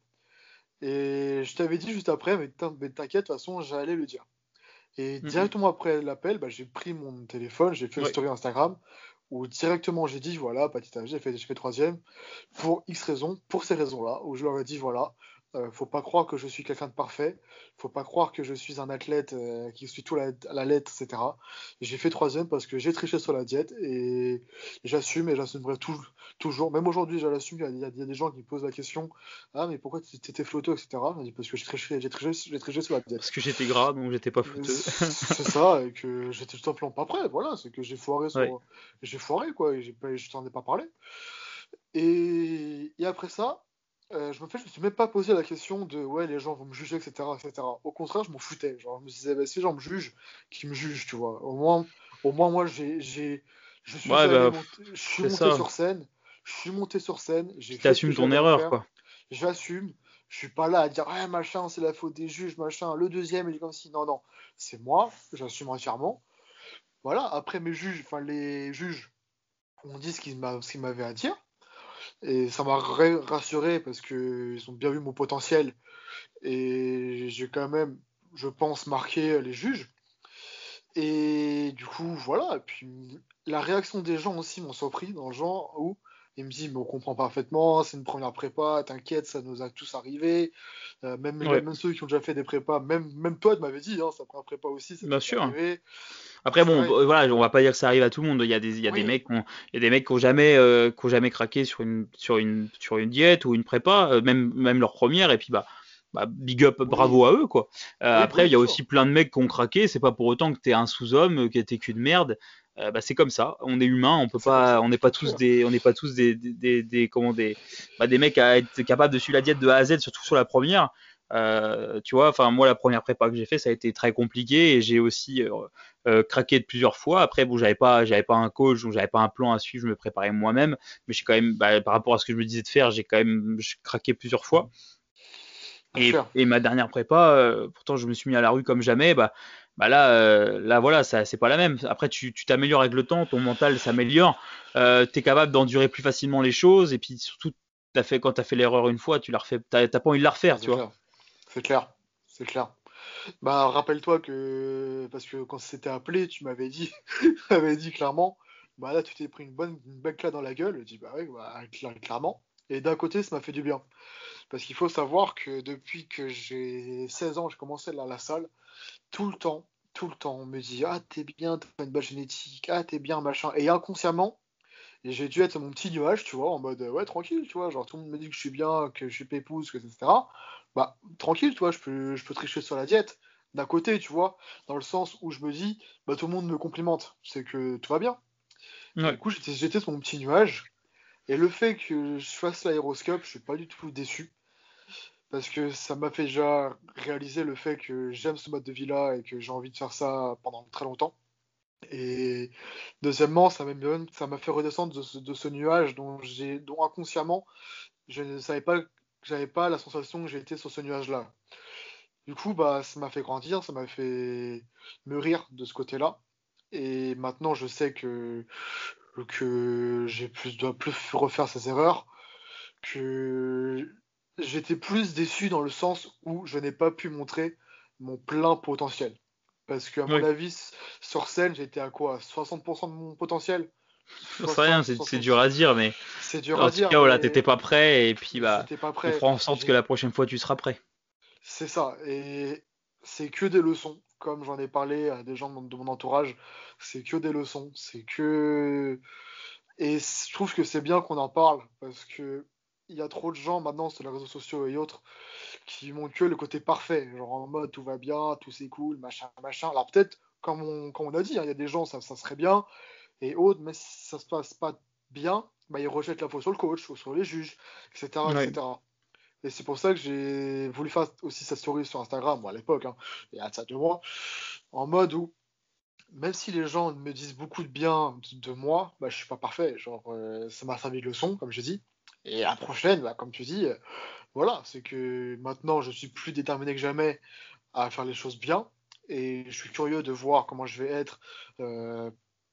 Et je t'avais dit juste après, mais t'in- mais t'inquiète, de toute façon, j'allais le dire. Et Mm, directement après l'appel, bah, j'ai pris mon téléphone, j'ai fait mm. une Ouais. story Instagram où directement j'ai dit, voilà, petit A, j'ai fait, j'ai fait troisième pour X raisons, pour ces raisons-là, où je leur ai dit, voilà. Euh, faut pas croire que je suis quelqu'un de parfait. Faut pas croire que je suis un athlète euh, qui suit tout la- à la lettre, et cetera. J'ai fait troisième parce que j'ai triché sur la diète et j'assume et j'assumerai tou- toujours. Même aujourd'hui, je l'assume. Il y, a il y a- il y a des gens qui me posent la question, ah mais pourquoi tu t'étais flotto, et cetera. Je dis parce que j'ai triché, j'ai triché, j'ai triché sur la diète. Parce que j'étais gras, donc j'étais pas Mais fouteux. c'est ça, et que j'étais tout simplement pas prêt. Voilà, c'est que j'ai foiré Ouais. sur, j'ai foiré quoi, et j'ai pas, je t'en ai pas parlé. Et, et après ça, euh, je me fais, je me suis même pas posé la question de ouais, les gens vont me juger, et cetera, et cetera. Au contraire, je m'en foutais. Genre, je me disais, bah, si les gens me jugent, qu'ils me jugent, tu vois. Au moins, au moins moi, j'ai, j'ai, je suis Ouais, allé bah, monter, je suis c'est monté ça. sur scène, je suis monté sur scène, j'ai Puis fait ce que t'assumes ton j'avais à erreur, faire, quoi. j'assume. Je suis pas là à dire, ouais, machin, c'est la faute des juges, machin. Le deuxième, il est comme si, non, non, c'est moi, j'assume entièrement. Voilà, après mes juges, enfin les juges ont dit ce qu'ils m'a- ce qu'ils m'avaient à dire. Et ça m'a ra- rassuré parce que ils ont bien vu mon potentiel et j'ai quand même, je pense, marqué les juges. Et du coup, voilà. Et puis la réaction des gens aussi m'ont surpris dans le genre où ils me disent, mais on comprend parfaitement, c'est une première prépa, t'inquiète, ça nous a tous arrivé. Euh, même, les gars- Ouais, même ceux qui ont déjà fait des prépas, même, même toi, tu m'avais dit, hein, sa première prépa aussi, ça t'est bien déjà sûr. arrivé. Après, bon, Ouais, b- voilà, on va pas dire que ça arrive à tout le monde. Il y a des, il y a des oui, mecs qui ont, il y a des mecs qui ont jamais, euh, qui ont jamais craqué sur une, sur une, sur une diète ou une prépa, euh, même, même leur première, et puis bah, bah, big up, oui, bravo à eux, quoi. Euh, oui, oui, après, il y bien a sûr. aussi plein de mecs qui ont craqué. C'est pas pour autant que t'es un sous-homme, euh, que t'es qu'une merde. Euh, bah, c'est comme ça. On est humain. On peut C'est comme pas, ça, on n'est tout pas à fait. tous des, on n'est pas tous des, des, des, des- comment des, bah, des mecs à être capables de suivre la diète de A à Z, surtout sur la première. Euh, tu vois, enfin moi la première prépa que j'ai fait, ça a été très compliqué et j'ai aussi euh, euh, craqué de plusieurs fois. Après, bon, j'avais pas, j'avais pas un coach, donc j'avais pas un plan à suivre, je me préparais moi-même. Mais j'ai quand même, bah, par rapport à ce que je me disais de faire, j'ai quand même j'ai craqué plusieurs fois. C'est Et, clair. et ma dernière prépa, euh, pourtant je me suis mis à la rue comme jamais. Bah, bah là, euh, là voilà, ça c'est pas la même. Après, tu tu t'améliores avec le temps, ton mental s'améliore, euh, t'es capable d'endurer plus facilement les choses. Et puis surtout, t'as fait quand t'as fait l'erreur une fois, tu la refais, t'as t'as pas envie de la refaire, tu C'est vois. clair. C'est clair. C'est clair. Bah, rappelle-toi que, parce que quand c'était appelé, tu m'avais dit, tu m'avais dit clairement, bah là, tu t'es pris une bonne, une belle claque dans la gueule. Je dis, bah oui, bah, cla- clairement. Et d'un côté, ça m'a fait du bien. Parce qu'il faut savoir que depuis que j'ai seize ans, j'ai commencé à aller à la salle, tout le temps, tout le temps, on me dit, ah, t'es bien, t'as une bonne génétique, ah, t'es bien, machin. Et inconsciemment, j'ai dû être mon petit nuage, tu vois, en mode, euh, ouais, tranquille, tu vois, genre, tout le monde me dit que je suis bien, que je suis pépouze, que, et cetera. Bah, tranquille, tu vois, je peux, je peux tricher sur la diète, d'un côté, tu vois, dans le sens où je me dis, bah, tout le monde me complimente, c'est que tout va bien. Et Ouais. du coup, j'étais, j'étais sur mon petit nuage, et le fait que je fasse l'aéroscope, je suis pas du tout déçu, parce que ça m'a fait déjà réaliser le fait que j'aime ce mode de vie-là et que j'ai envie de faire ça pendant très longtemps. Et deuxièmement, ça m'a même- ça m'a fait redescendre de ce, de ce nuage dont j'ai, dont inconsciemment, je ne savais pas, que j'avais pas la sensation que j'étais sur ce nuage-là. Du coup, bah, ça m'a fait grandir, ça m'a fait mûrir de ce côté-là. Et maintenant, je sais que, que j'ai plus, dois plus refaire ces erreurs, que j'étais plus déçu dans le sens où je n'ai pas pu montrer mon plein potentiel. Parce qu'à mon Oui. avis, sur scène, j'étais à quoi? soixante pour cent de mon potentiel? J'en sais rien, soixante, c'est c'est soixante. dur à dire, mais C'est dur en à tout dire, cas, voilà, t'étais mais pas prêt, et puis bah, j'étais pas on prêt. fera en sorte que J'ai- la prochaine fois tu seras prêt. C'est ça. Et c'est que des leçons. Comme j'en ai parlé à des gens de mon, de mon entourage, c'est que des leçons. C'est que. Et je trouve que c'est bien qu'on en parle parce que il y a trop de gens maintenant sur les réseaux sociaux et autres qui montrent que le côté parfait, genre en mode tout va bien, tout c'est cool, machin, machin. Alors peut-être, comme on, comme on a dit, hein, il y a des gens, ça, ça serait bien, et autres, mais si ça se passe pas bien, bah, ils rejettent la faute sur le coach ou sur les juges, et cetera, Ouais. et cetera. Et c'est pour ça que j'ai voulu faire aussi cette story sur Instagram, moi à l'époque, hein, il y a de ça deux mois, en mode où même si les gens me disent beaucoup de bien de, de moi, bah, je suis pas parfait. Genre, euh, ça m'a servi de leçon, comme je dis. Et la prochaine, bah, comme tu dis, euh, voilà, c'est que maintenant je suis plus déterminé que jamais à faire les choses bien. Et je suis curieux de voir comment je vais être euh,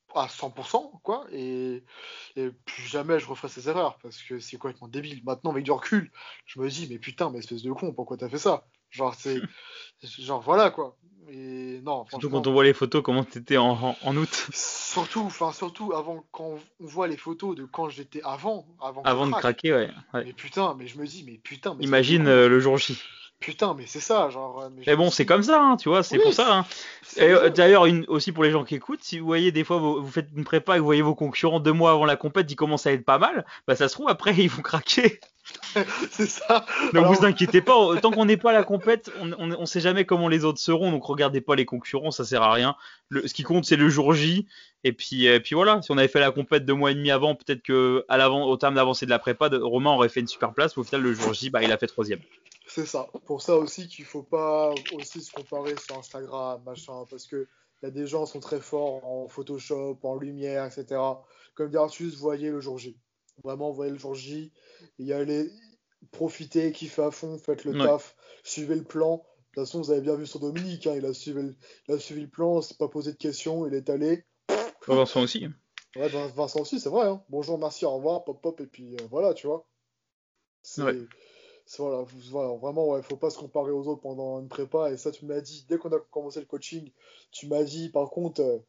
à cent pour cent, quoi, et, et plus jamais je referai ces erreurs, parce que c'est complètement débile. Maintenant, avec du recul, je me dis, mais putain, mais espèce de con, pourquoi t'as fait ça? Genre, c'est, genre, voilà, quoi. Et non, Surtout quand franchement, on voit les photos, comment t'étais en, en, en août, surtout, enfin, surtout avant, quand on voit les photos de quand j'étais avant, avant que je avant de craque. craquer, ouais. ouais. Mais putain, mais je me dis, mais putain, mais espèce de Imagine con. euh, le jour J. Putain, mais c'est ça, genre, euh, mais je Mais me bon, c'est dis, comme ça, hein, tu vois, c'est oui, pour ça. c'est Hein. c'est Et le euh, jeu. d'ailleurs, une, aussi pour les gens qui écoutent, si vous voyez des fois vous, vous faites une prépa et vous voyez vos concurrents deux mois avant la compète, ils commencent à être pas mal, bah ça se trouve après ils vont craquer. C'est ça. Donc vous Alors, inquiétez pas, tant qu'on n'est pas à la compète, on, on, on sait jamais comment les autres seront, donc regardez pas les concurrents, ça sert à rien. Le, ce qui compte c'est le jour J, et puis, et puis voilà. Si on avait fait la compète deux mois et demi avant, peut-être que à l'avant, au terme d'avancée de la prépa, de, Romain aurait fait une super place, mais au final le jour J, bah il a fait troisième. c'est ça. Pour ça aussi qu'il faut pas aussi se comparer sur Instagram, machin, parce que il y a des gens qui sont très forts en Photoshop, en lumière, et cetera. Comme dit Artus, voyez le jour J. Vraiment, voyez le jour J. Y allez, profitez, kiffez à fond, faites le Ouais. taf, suivez le plan. De toute façon, vous avez bien vu sur Dominique, hein, il a suivi le, il a suivi le plan, s'est pas posé de questions, il est allé. Bah, Vincent aussi. Ouais, Vin- Vincent aussi, c'est vrai, hein. Bonjour, merci, au revoir, pop, pop, et puis euh, voilà, tu vois. Ouais. C'est. C'est- Voilà, vous- voilà, vraiment, ouais, faut pas se comparer aux autres pendant une prépa. Et ça, tu me l'as dit, dès qu'on a commencé le coaching, tu m'as dit, par contre, euh,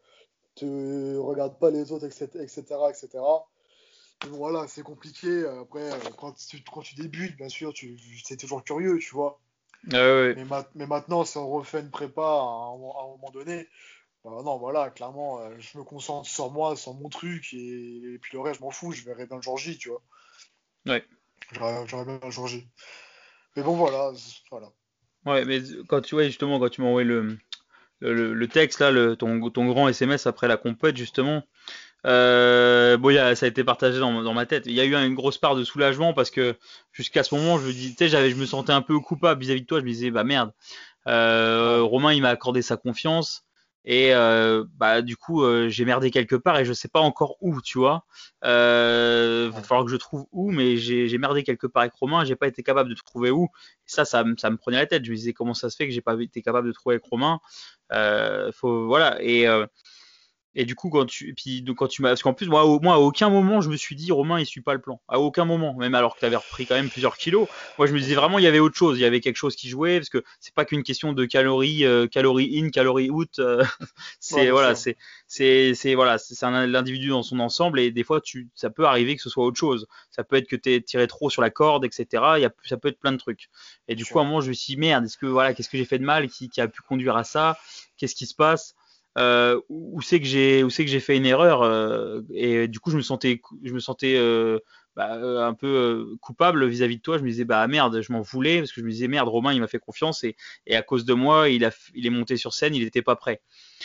te regarde pas les autres, et cetera, et cetera, et cetera. Donc voilà, c'est compliqué. Après, euh, quand tu, quand tu débutes, bien sûr, tu, c'est toujours curieux, tu vois. Ouais, ouais. Mais, ma- mais maintenant, si on refait une prépa à un, à un moment donné, bah non, voilà, clairement, euh, je me concentre sur moi, sur mon truc, et, et puis le reste, je m'en fous, je verrai bien le jour J, tu vois. Ouais. J'aurai j'aurai bien le jour J. Mais bon, voilà, c'est- voilà. Ouais, mais quand tu vois justement quand tu m'as envoyé le, le, le texte là, le, ton, ton grand S M S après la compète justement, euh, bon, il y a, ça a été partagé dans, dans ma tête. Il y a eu une grosse part de soulagement parce que jusqu'à ce moment, je me dis, tu sais, j'avais, je me sentais un peu coupable vis-à-vis de toi. Je me disais, bah merde, euh, Ouais, Romain, il m'a accordé sa confiance. Et euh, bah du coup euh, j'ai merdé quelque part et je sais pas encore où, tu vois. Euh, va ouais, falloir que je trouve où, mais j'ai j'ai merdé quelque part avec Romain, j'ai pas été capable de trouver où. Et ça, ça, me- ça me prenait la tête. Je me disais comment ça se fait que j'ai pas été capable de trouver avec Romain. Euh, faut voilà. Et euh, et du coup, quand tu, et puis donc, quand tu m'as, parce qu'en plus, moi, au, moi, à aucun moment, je me suis dit, Romain, il suit pas le plan. À aucun moment, même alors que tu avais repris quand même plusieurs kilos. Moi, je me bien disais sûr. vraiment, il y avait autre chose. Il y avait quelque chose qui jouait, parce que c'est pas qu'une question de calories, euh, calories in, calories out. euh, Ouais, c'est bien voilà, sûr. c'est, c'est, c'est voilà, c'est c'est un l'individu dans son ensemble. Et des fois, tu, ça peut arriver que ce soit autre chose. Ça peut être que tu tiré trop sur la corde, et cetera. Il y a, ça peut être plein de trucs. Et Bien du coup, à un sûr. moment, je me suis dit, merde, est-ce que voilà, qu'est-ce que j'ai fait de mal qui, qui a pu conduire à ça? Qu'est-ce qui se passe? euh, où c'est que j'ai où c'est que j'ai fait une erreur euh, et du coup je me sentais je me sentais euh, bah, euh, un peu euh, coupable vis-à-vis de toi. Je me disais bah merde, je m'en voulais parce que je me disais merde, Romain il m'a fait confiance et, et à cause de moi il a il est monté sur scène, il n'était pas prêt.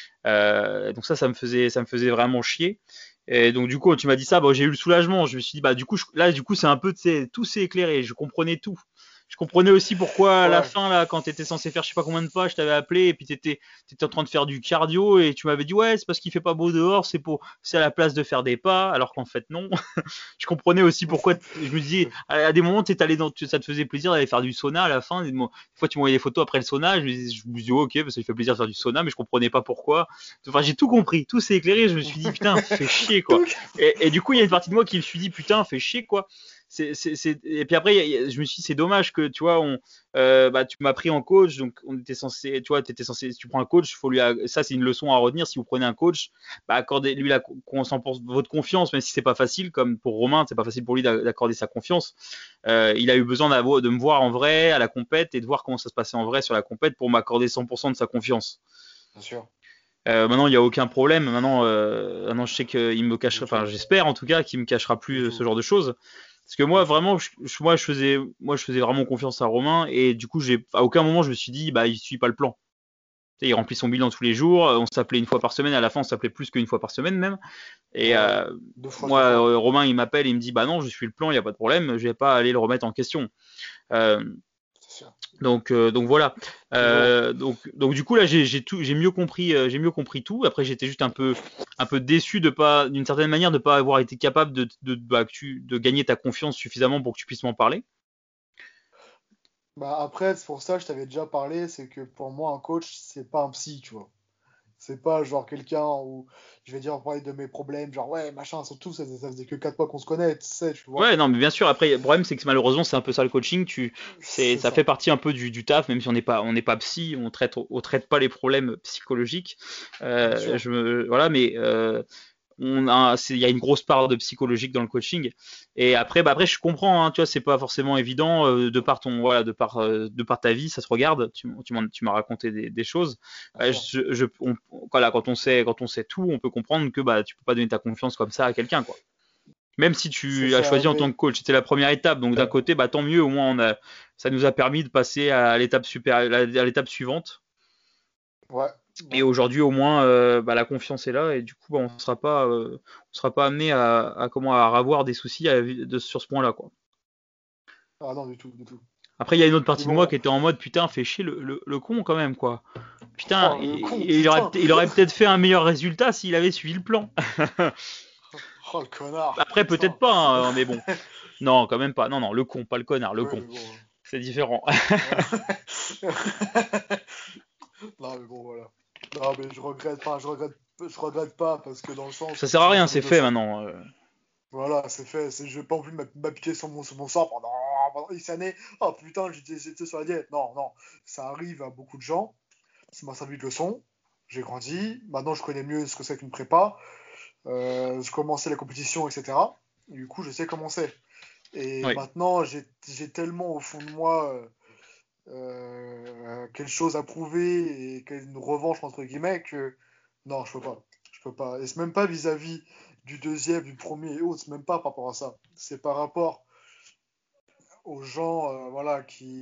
Euh, donc ça ça me faisait ça me faisait vraiment chier. Et donc du coup quand tu m'as dit ça, bah, j'ai eu le soulagement. Je me suis dit bah du coup je, là du coup c'est un peu tout s'est éclairé, je comprenais tout. Je comprenais aussi pourquoi à la Ouais, fin là, quand t'étais censé faire je sais pas combien de pas, je t'avais appelé et puis t'étais t'étais en train de faire du cardio et tu m'avais dit ouais c'est parce qu'il fait pas beau dehors, c'est pour c'est à la place de faire des pas, alors qu'en fait non. Je comprenais aussi pourquoi je me disais à, des moments t'es allé dans ça te faisait plaisir d'aller faire du sauna à la fin. Des fois tu m'envoyais des photos après le sauna, je me disais, je me disais oh, ok parce que ça fait plaisir de faire du sauna, mais je comprenais pas pourquoi. Enfin j'ai tout compris, tout s'est éclairé. Je me suis dit putain fais chier quoi. tout- Et, et du coup il y a une partie de moi qui me suis dit putain fais chier quoi. C'est, c'est, c'est... Et puis après, y a- je me suis dit, c'est dommage que, tu vois, on, euh, bah, tu m'as pris en coach, donc on était censé, tu vois, t'étais censé, si tu prends un coach, faut lui, ça c'est une leçon à retenir. Si vous prenez un coach, bah, accordez-lui la, votre confiance, même si c'est pas facile, comme pour Romain, c'est pas facile pour lui d'accorder sa confiance. Euh, il a eu besoin de me voir en vrai à la compète et de voir comment ça se passait en vrai sur la compète pour m'accorder cent pour cent de sa confiance. Bien sûr. Euh, maintenant, il n'y a aucun problème. Maintenant, euh, maintenant, je sais qu'il me Du cacherait, enfin, tout. j'espère en tout cas qu'il me cachera Du plus ce tout. genre de choses. Parce que moi, Du tout. vraiment, je, je- moi, je faisais, moi, je faisais vraiment confiance à Romain et du coup, j'ai, à aucun moment, je me suis dit, bah, il suit pas le plan. Tu sais, il remplit son bilan tous les jours. On s'appelait une fois par semaine. À la fin, on s'appelait plus qu'une fois par semaine même. Et Ouais. euh, Deux fois, moi, trois fois. euh, Romain, il m'appelle, il me dit, bah non, je suis le plan, il y a pas de problème. Je vais pas aller le remettre en question. Euh, C'est sûr. donc, euh, donc voilà. Bon. Euh, donc, donc du coup là, j'ai j'ai tout, j'ai mieux compris, euh, j'ai mieux compris tout. Après, j'étais juste un peu, un peu déçu de pas, d'une certaine manière, de pas avoir été capable de, de, bah, que tu, de gagner ta confiance suffisamment pour que tu puisses m'en parler. Bah après, c'est pour ça que je t'avais déjà parlé, c'est que pour moi, un coach, c'est pas un psy, tu vois. C'est pas genre quelqu'un où je vais dire parler de mes problèmes, genre ouais, machin, surtout ça, ça faisait que quatre mois qu'on se connaît, tu sais, tu vois. Ouais, non, mais bien sûr. Après, le problème, c'est que malheureusement, c'est un peu ça le coaching. Tu, c'est, C'est ça ça. fait partie un peu du, du taf, même si on n'est pas, on n'est pas psy, on traite, on traite pas les problèmes psychologiques. Bien Euh, sûr. je me, voilà, mais euh, on a, c'est- il y a une grosse part de psychologique dans le coaching. Et après, bah après, je comprends, hein, tu vois, c'est pas forcément évident euh, de par ton, voilà, de par, euh, de par ta vie, ça se regarde. Tu, tu m'en- tu m'as raconté des, des choses. Bien Euh, sûr. je, je, on- voilà, quand on sait, quand on sait tout, on peut comprendre que bah, tu peux pas donner ta confiance comme ça à quelqu'un, quoi. Même si C'est tu as ça, choisi en tant mais que coach, c'était la première étape. Donc d'un côté, bah tant mieux, au moins on a, ça nous a permis de passer à l'étape super, à l'étape suivante. ouais, Et ouais. aujourd'hui, au moins, euh, bah, la confiance est là et du coup, bah, on sera pas, euh, on sera pas amené à, à comment à avoir des soucis à- de, sur ce point-là, quoi. Ah non, du tout, du tout. Après, il y a une autre Mais partie de moi bon, qui était en mode putain, fait chier le, le, le con quand même, quoi. Putain, oh, il, le con, il aurait, putain. peut- il aurait peut-être fait un meilleur résultat s'il avait suivi le plan. Oh, le connard, Après, peut-être putain. pas, hein, mais bon. Non, quand même pas. Non, non, le con, pas le connard, le Oui, con. mais bon. C'est différent. Non, mais bon, voilà. Non, mais je regrette, enfin, je regrette, je regrette pas parce que dans le sens Ça où sert à si j'ai rien, tombé c'est fait dessus, maintenant. euh. voilà, c'est fait. C'est, je vais pas envie de m'appliquer sur mon, sur mon sort pendant, pendant X années. Oh putain, j'étais j'étais sur la diète. Non, non, ça arrive à beaucoup de gens. Ça m'a servi de leçon. J'ai grandi. Maintenant, je connais mieux ce que c'est qu'une prépa. Euh, je commençais la compétition, et cetera. Et du coup, je sais comment c'est. Et Oui, maintenant, j'ai j'ai tellement au fond de moi euh, euh, quelque chose à prouver et une revanche entre guillemets que non, je peux pas. Je peux pas. Et c'est même pas vis-à-vis du deuxième, du premier et autres, c'est même pas par rapport à ça. C'est par rapport aux gens euh, voilà,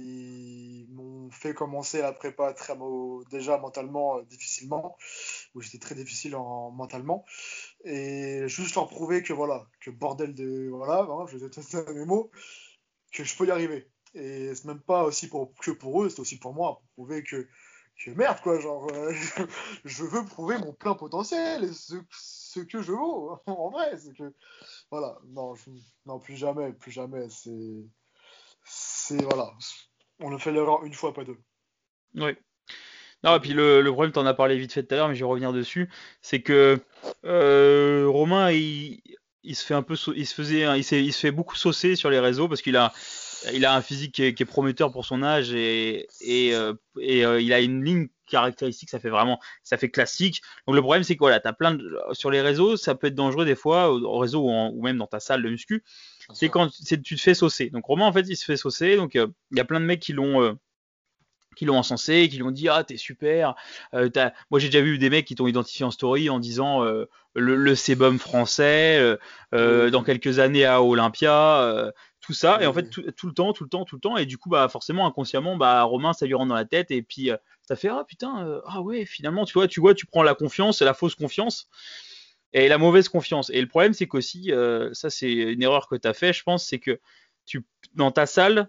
qui m'ont fait commencer la prépa très mo- déjà mentalement euh, difficilement, où j'étais très difficile en, mentalement, et juste leur prouver que voilà, que bordel de voilà, hein, je vais tester mes mots, que je peux y arriver. Et c'est même pas aussi pour, que pour eux, c'est aussi pour moi, pour prouver que, que merde, quoi, genre, euh, je veux prouver mon plein potentiel, et ce, ce que je vaux, en vrai, c'est que, voilà, non, je- non, plus jamais, plus jamais, c'est, c'est, voilà, on le fait l'erreur une fois, pas deux. oui. Non, et puis le, le problème, t'en as parlé vite fait tout à l'heure, mais je vais revenir dessus, c'est que euh, Romain, il, il se fait un peu, sau- il se faisait, il s'est- il se fait beaucoup saucer sur les réseaux parce qu'il a, il a un physique qui est, qui est prometteur pour son âge et C'est et, ça. euh, et euh, il a une ligne caractéristique, ça fait vraiment, ça fait classique. Donc le problème, c'est que voilà, t'as plein de, sur les réseaux, ça peut être dangereux des fois, au, au réseau ou, en- ou même dans ta salle de muscu, Bien c'est sûr. quand c'est, tu te fais saucer. Donc Romain, en fait, il se fait saucer, donc euh, il y a plein de mecs qui l'ont euh, qui l'ont encensé, qui lui ont dit ah t'es super. Euh, t'as... Moi j'ai déjà vu des mecs qui t'ont identifié en story en disant euh, le, le Sebum français, euh, Oui, euh, oui, dans oui. quelques années à Olympia, euh, tout ça. Et Oui, en fait oui. tout, tout le temps, tout le temps, tout le temps. Et du coup bah forcément inconsciemment bah Romain ça lui rentre dans la tête et puis euh, ça fait ah putain euh, ah ouais finalement tu vois tu vois tu prends la confiance, la fausse confiance et la mauvaise confiance. Et le problème, c'est qu'aussi, euh, ça c'est une erreur que tu as fait, je pense, c'est que tu, dans ta salle,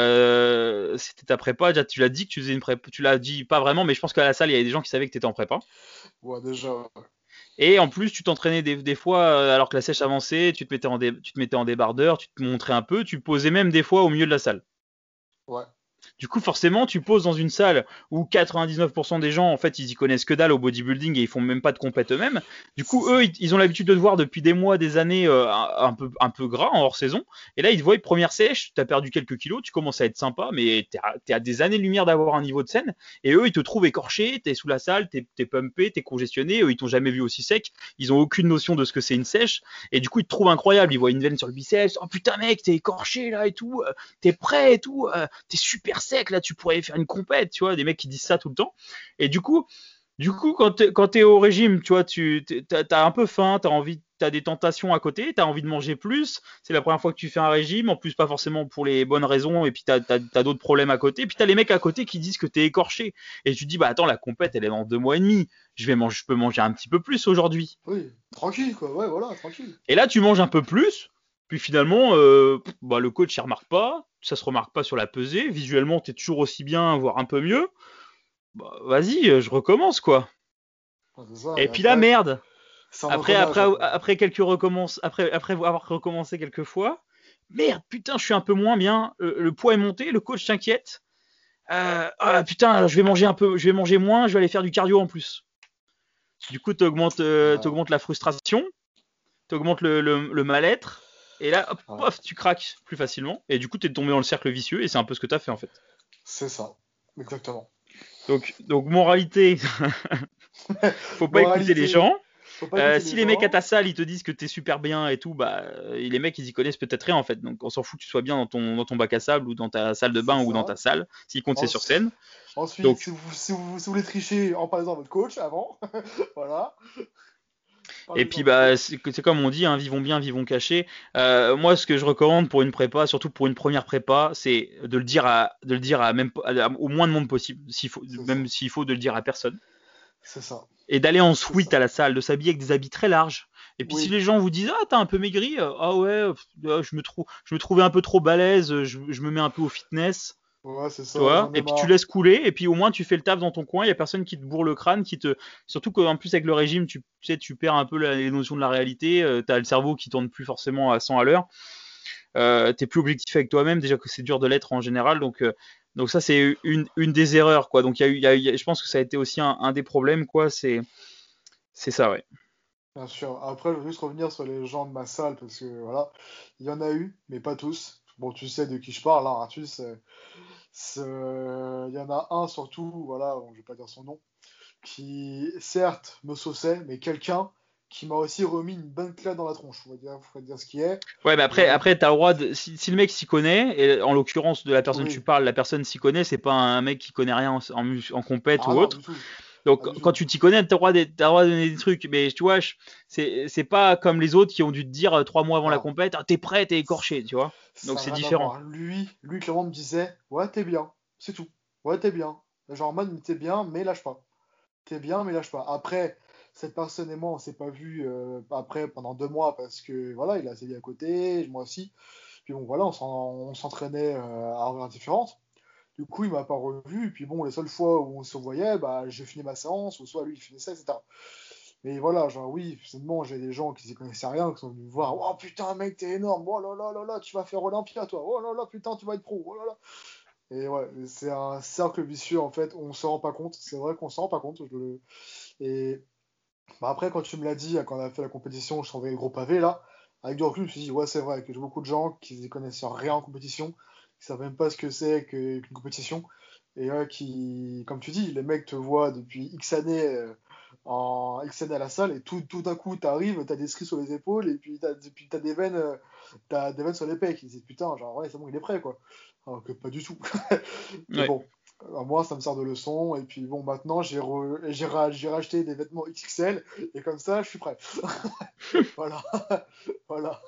euh, c'était ta prépa, déjà tu l'as dit que tu faisais une prépa, tu l'as dit pas vraiment, mais je pense qu'à la salle, il y avait des gens qui savaient que tu étais en prépa. Ouais, déjà, ouais. Et en plus, tu t'entraînais des, des fois, euh, alors que la sèche avançait, tu te mettais en, dé, tu te mettais en débardeur, tu te montrais un peu, tu posais même des fois au milieu de la salle. Ouais. Du coup, forcément, tu poses dans une salle où quatre-vingt-dix-neuf pour cent des gens, en fait, ils y connaissent que dalle au bodybuilding et ils font même pas de compète eux-mêmes. Du C'est coup, eux, ça. ils, ils ont l'habitude de te voir depuis des mois, des années, euh, un, un peu, un peu gras en hors saison. Et là, ils te voient première sèche, t'as perdu quelques kilos, tu commences à être sympa, mais t'es à, t'es à des années-lumière d'avoir un niveau de scène. Et eux, ils te trouvent écorché, t'es sous la salle, t'es, t'es pumpé, t'es congestionné. Eux, ils t'ont jamais vu aussi sec. Ils ont aucune notion de ce que c'est une sèche. Et du coup, ils te trouvent incroyable. Ils voient une veine sur le biceps. Oh putain, mec, t'es écorché là et tout. Euh, t'es prêt et tout. Euh, t'es super sec là, tu pourrais faire une compète, tu vois, des mecs qui disent ça tout le temps. Et du coup, du coup, quand t'es, quand t'es au régime, tu vois, tu t'as, t'as un peu faim, t'as envie, t'as des tentations à côté, t'as envie de manger plus. C'est la première fois que tu fais un régime, en plus pas forcément pour les bonnes raisons, et puis t'as, t'as, t'as d'autres problèmes à côté. Et puis t'as les mecs à côté qui disent que t'es écorché. Et tu te dis, bah attends, la compète, elle est dans deux mois et demi. Je vais manger, je peux manger un petit peu plus aujourd'hui. Oui, tranquille, quoi. Ouais, voilà, tranquille. Et là, tu manges un peu plus. Puis finalement, euh, bah, le coach ne remarque pas, ça se remarque pas sur la pesée. Visuellement, t'es toujours aussi bien, voire un peu mieux. Bah, vas-y, euh, je recommence quoi. Ouais, c'est ça. Et Et puis la après, merde. c'est un Après, engrenage après, après. après quelques recommences, après, après avoir recommencé quelques fois, merde, putain, je suis un peu moins bien. Le, le poids est monté, le coach s'inquiète. Euh, ah putain, je vais manger un peu, je vais manger moins, je vais aller faire du cardio en plus. Du coup, tu augmentes euh, Ouais. la frustration, tu augmentes le, le, le mal-être, et là, hop, Ouais. pof, tu craques plus facilement. Et du coup, tu es tombé dans le cercle vicieux, et c'est un peu ce que tu as fait en fait. C'est ça, exactement. Donc, donc moralité, faut pas écouter les Moralité, gens. faut pas Euh, écouter les si les mecs à gens. ta salle ils te disent que t'es super bien et tout, bah euh, les mecs ils y connaissent peut-être rien en fait. Donc on s'en fout que tu sois bien dans ton, dans ton bac à sable ou dans ta salle de C'est bain ou dans ça. ta salle. S'ils comptent c'est sur Ensuite, scène. ensuite, Donc si vous, si vous, si vous voulez tricher, en parlez-en à votre coach avant. Voilà. et Parlez-en à puis votre bah coach. c'est c'est comme on dit, hein, vivons bien, vivons cachés. Euh, moi ce que je recommande pour une prépa, surtout pour une première prépa, c'est de le dire à de le dire à même à- au moins de monde possible. S'il faut, C'est ça. même s'il faut de le dire à personne. C'est ça. Et d'aller en C'est sweat ça. à la salle, de s'habiller avec des habits très larges. Et puis si Oui. les gens vous disent ah t'as un peu maigri, euh, ah ouais, pff, je me trouve, je me trouvais un peu trop balèze, je, je me mets un peu au fitness, Ouais, c'est tu ça, vois. j'en ai Et puis tu marre. laisses couler, et puis au moins tu fais le taf dans ton coin, il y a personne qui te bourre le crâne, qui te, surtout qu'en plus avec le régime, tu, tu sais, tu perds un peu la, les notions de la réalité, euh, t'as le cerveau qui tourne plus forcément à cent à l'heure, euh, t'es plus objectif avec toi-même, déjà que c'est dur de l'être en général, donc. Euh, donc ça c'est une, une des erreurs quoi. Donc il y a eu, il y a, il y a, je pense que ça a été aussi un, un des problèmes quoi. C'est c'est ça ouais. Bien sûr. Après, je veux juste revenir sur les gens de ma salle parce que voilà, il y en a eu, mais pas tous. Bon, tu sais de qui je parle, hein, Artus. euh, c'est- Il y en a un surtout, voilà, bon, je vais pas dire son nom, qui certes me sauçait, mais quelqu'un qui m'a aussi remis une bonne claque dans la tronche. Faut dire, faut dire ce qui est. Ouais, mais Il après, avait, après, t'as le droit de. Si, si le mec s'y connaît, et en l'occurrence de la personne que tu oui. parles, la personne s'y connaît, c'est pas un mec qui connaît rien en, en, mus- en compète Ah ou non, du autre. tout. Donc, Ah du quand tout. tu t'y connais, t'as le droit de, t'as le droit de donner des trucs. Mais tu vois, je- c'est, c'est pas comme les autres qui ont dû te dire euh, trois mois avant la Non. compète, ah, t'es prêt, t'es écorché, tu vois. Donc Ça c'est n'a rien à différent. voir. Lui, lui, clairement, me disait, ouais, t'es bien. C'est tout. Ouais, t'es bien. Genre en mode, t'es bien, mais lâche pas. T'es bien, mais lâche pas. Après, cette personne et moi, on s'est pas vu euh, après pendant deux mois parce que voilà, il a sa vie à côté, moi aussi. Puis bon, voilà, on s'en- on s'entraînait euh, à horaires différentes. Du coup, il m'a pas revu. Et puis bon, les seules fois où on se voyait, bah, j'ai fini ma séance, ou soit lui, il finissait, et cetera. Mais voilà, genre oui, finalement, j'ai des gens qui ne connaissaient rien, qui sont venus me voir. Oh putain, mec, t'es énorme. Oh là là là là, tu vas faire Olympia, toi. Oh là là, putain, tu vas être pro. Oh là là. Et ouais, c'est un cercle vicieux, en fait. On se rend pas compte. C'est vrai qu'on se rend pas compte. je le- Et bah, après, quand tu me l'as dit, quand on a fait la compétition, je t'envoyais le gros pavé, là. Avec du recul, je me suis dit, ouais, c'est vrai que j'ai beaucoup de gens qui ne connaissent rien en compétition, qui savent même pas ce que c'est que- qu'une compétition. Et ouais, qui, comme tu dis, les mecs te voient depuis X années, euh, en X années à la salle, et tout, tout d'un coup, t'arrives, t'as des skis sur les épaules, et puis t'as, et puis t'as des veines, euh, t'as des veines sur les pecs. Ils disent, putain, genre, ouais, c'est bon, il est prêt, quoi. Alors que pas du tout. Mais Ouais. bon, à moi, ça me sert de leçon, et puis bon, maintenant, j'ai re- j'ai ra- j'ai racheté des vêtements X X L, et comme ça, je suis prêt. Voilà. Voilà.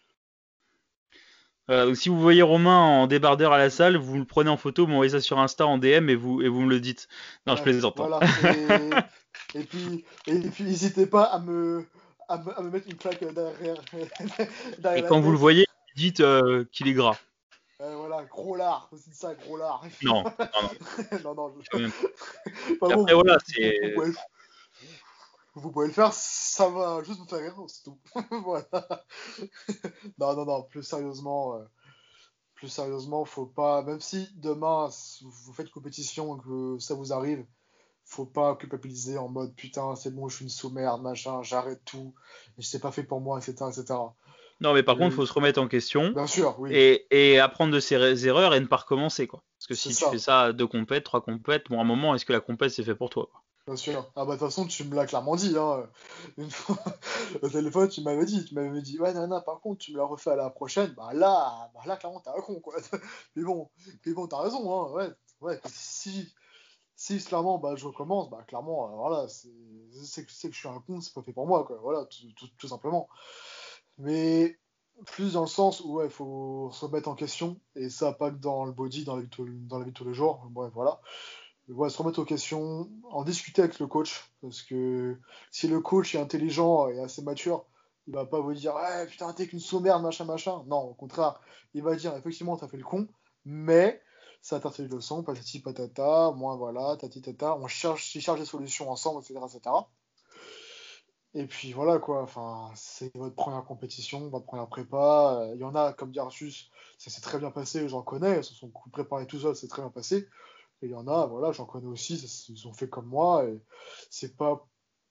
Voilà, donc si vous voyez Romain en débardeur à la salle, vous le prenez en photo, vous m'envoyez ça sur Insta en D M et vous, et vous me le dites. Non, je Ouais, plaisante. Hein. voilà. Et, et puis, et puis, n'hésitez pas à me, à me, à me mettre une claque derrière, derrière Et la quand vous le tête. voyez, dites euh, qu'il est gras. Euh, voilà, gros lard, c'est ça, gros lard. Non, non, non, Non, non, quand même pas. je- enfin Et bon, après, vous, voilà, vous- vous c'est. pouvez, vous pouvez le faire, ça va juste me faire rire, c'est tout. Voilà. Non, non, non, plus sérieusement, euh, plus sérieusement, faut pas, même si demain vous faites compétition et que ça vous arrive, faut pas culpabiliser en mode putain, c'est bon, je suis une sous-merde, machin, j'arrête tout, et c'est pas fait pour moi, et cetera, et cetera. Non, mais par contre, il Euh, faut se remettre en question bien sûr, oui, et, et apprendre de ses ré- erreurs et ne pas recommencer, quoi. Parce que c'est si tu fais ça, ça à deux compètes, trois compètes, bon, à un moment, est-ce que la compète c'est fait pour toi, quoi. bien sûr. Ah bah de toute façon, tu me l'as clairement dit, hein. Une fois, au téléphone, tu m'avais dit, tu m'avais dit, ouais, nana, par contre, tu me la refais à la prochaine, bah là, bah là, clairement, t'es un con, quoi. Mais bon, mais bon, t'as raison, hein, ouais, ouais, si, si clairement, bah, je recommence, bah clairement, euh, voilà, c'est c'est que c'est que je suis un con, c'est pas fait pour moi, quoi, voilà, tout, tout- tout simplement. Mais plus dans le sens où ouais, il faut se remettre en question, et ça pas que dans le body, dans la vie de, tous- dans la vie de tous les jours. Bref, voilà. Ouais, se remettre en question, en discuter avec le coach, parce que si le coach est intelligent et assez mature, il va pas vous dire ouais, putain, t'es qu'une sous-merde, machin, machin. Non, au contraire, il va dire effectivement, t'as fait le con, mais ça t'a fait une leçon, patati patata, moi voilà, tati tata, on cherche, on cherche des solutions ensemble, et cetera, et cetera. Et puis voilà quoi, enfin, c'est votre première compétition, votre première prépa. Euh, Il y en a, comme dit Arsus, ça s'est très bien passé, j'en connais, ils se sont préparés tout seuls, c'est très bien passé. Et il y en a, voilà, j'en connais aussi, ça- ils ont fait comme moi, et c'est pas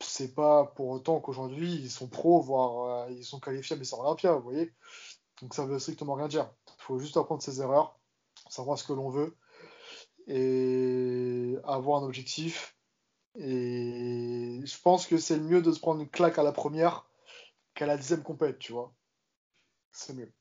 c'est pas pour autant qu'aujourd'hui ils sont pros, voire euh, ils sont qualifiés à Mister Olympia, vous voyez. Donc ça veut strictement rien dire. Il faut juste apprendre ses erreurs, savoir ce que l'on veut et avoir un objectif. Et je pense que c'est le mieux de se prendre une claque à la première qu'à la dixième compète, tu vois. C'est mieux.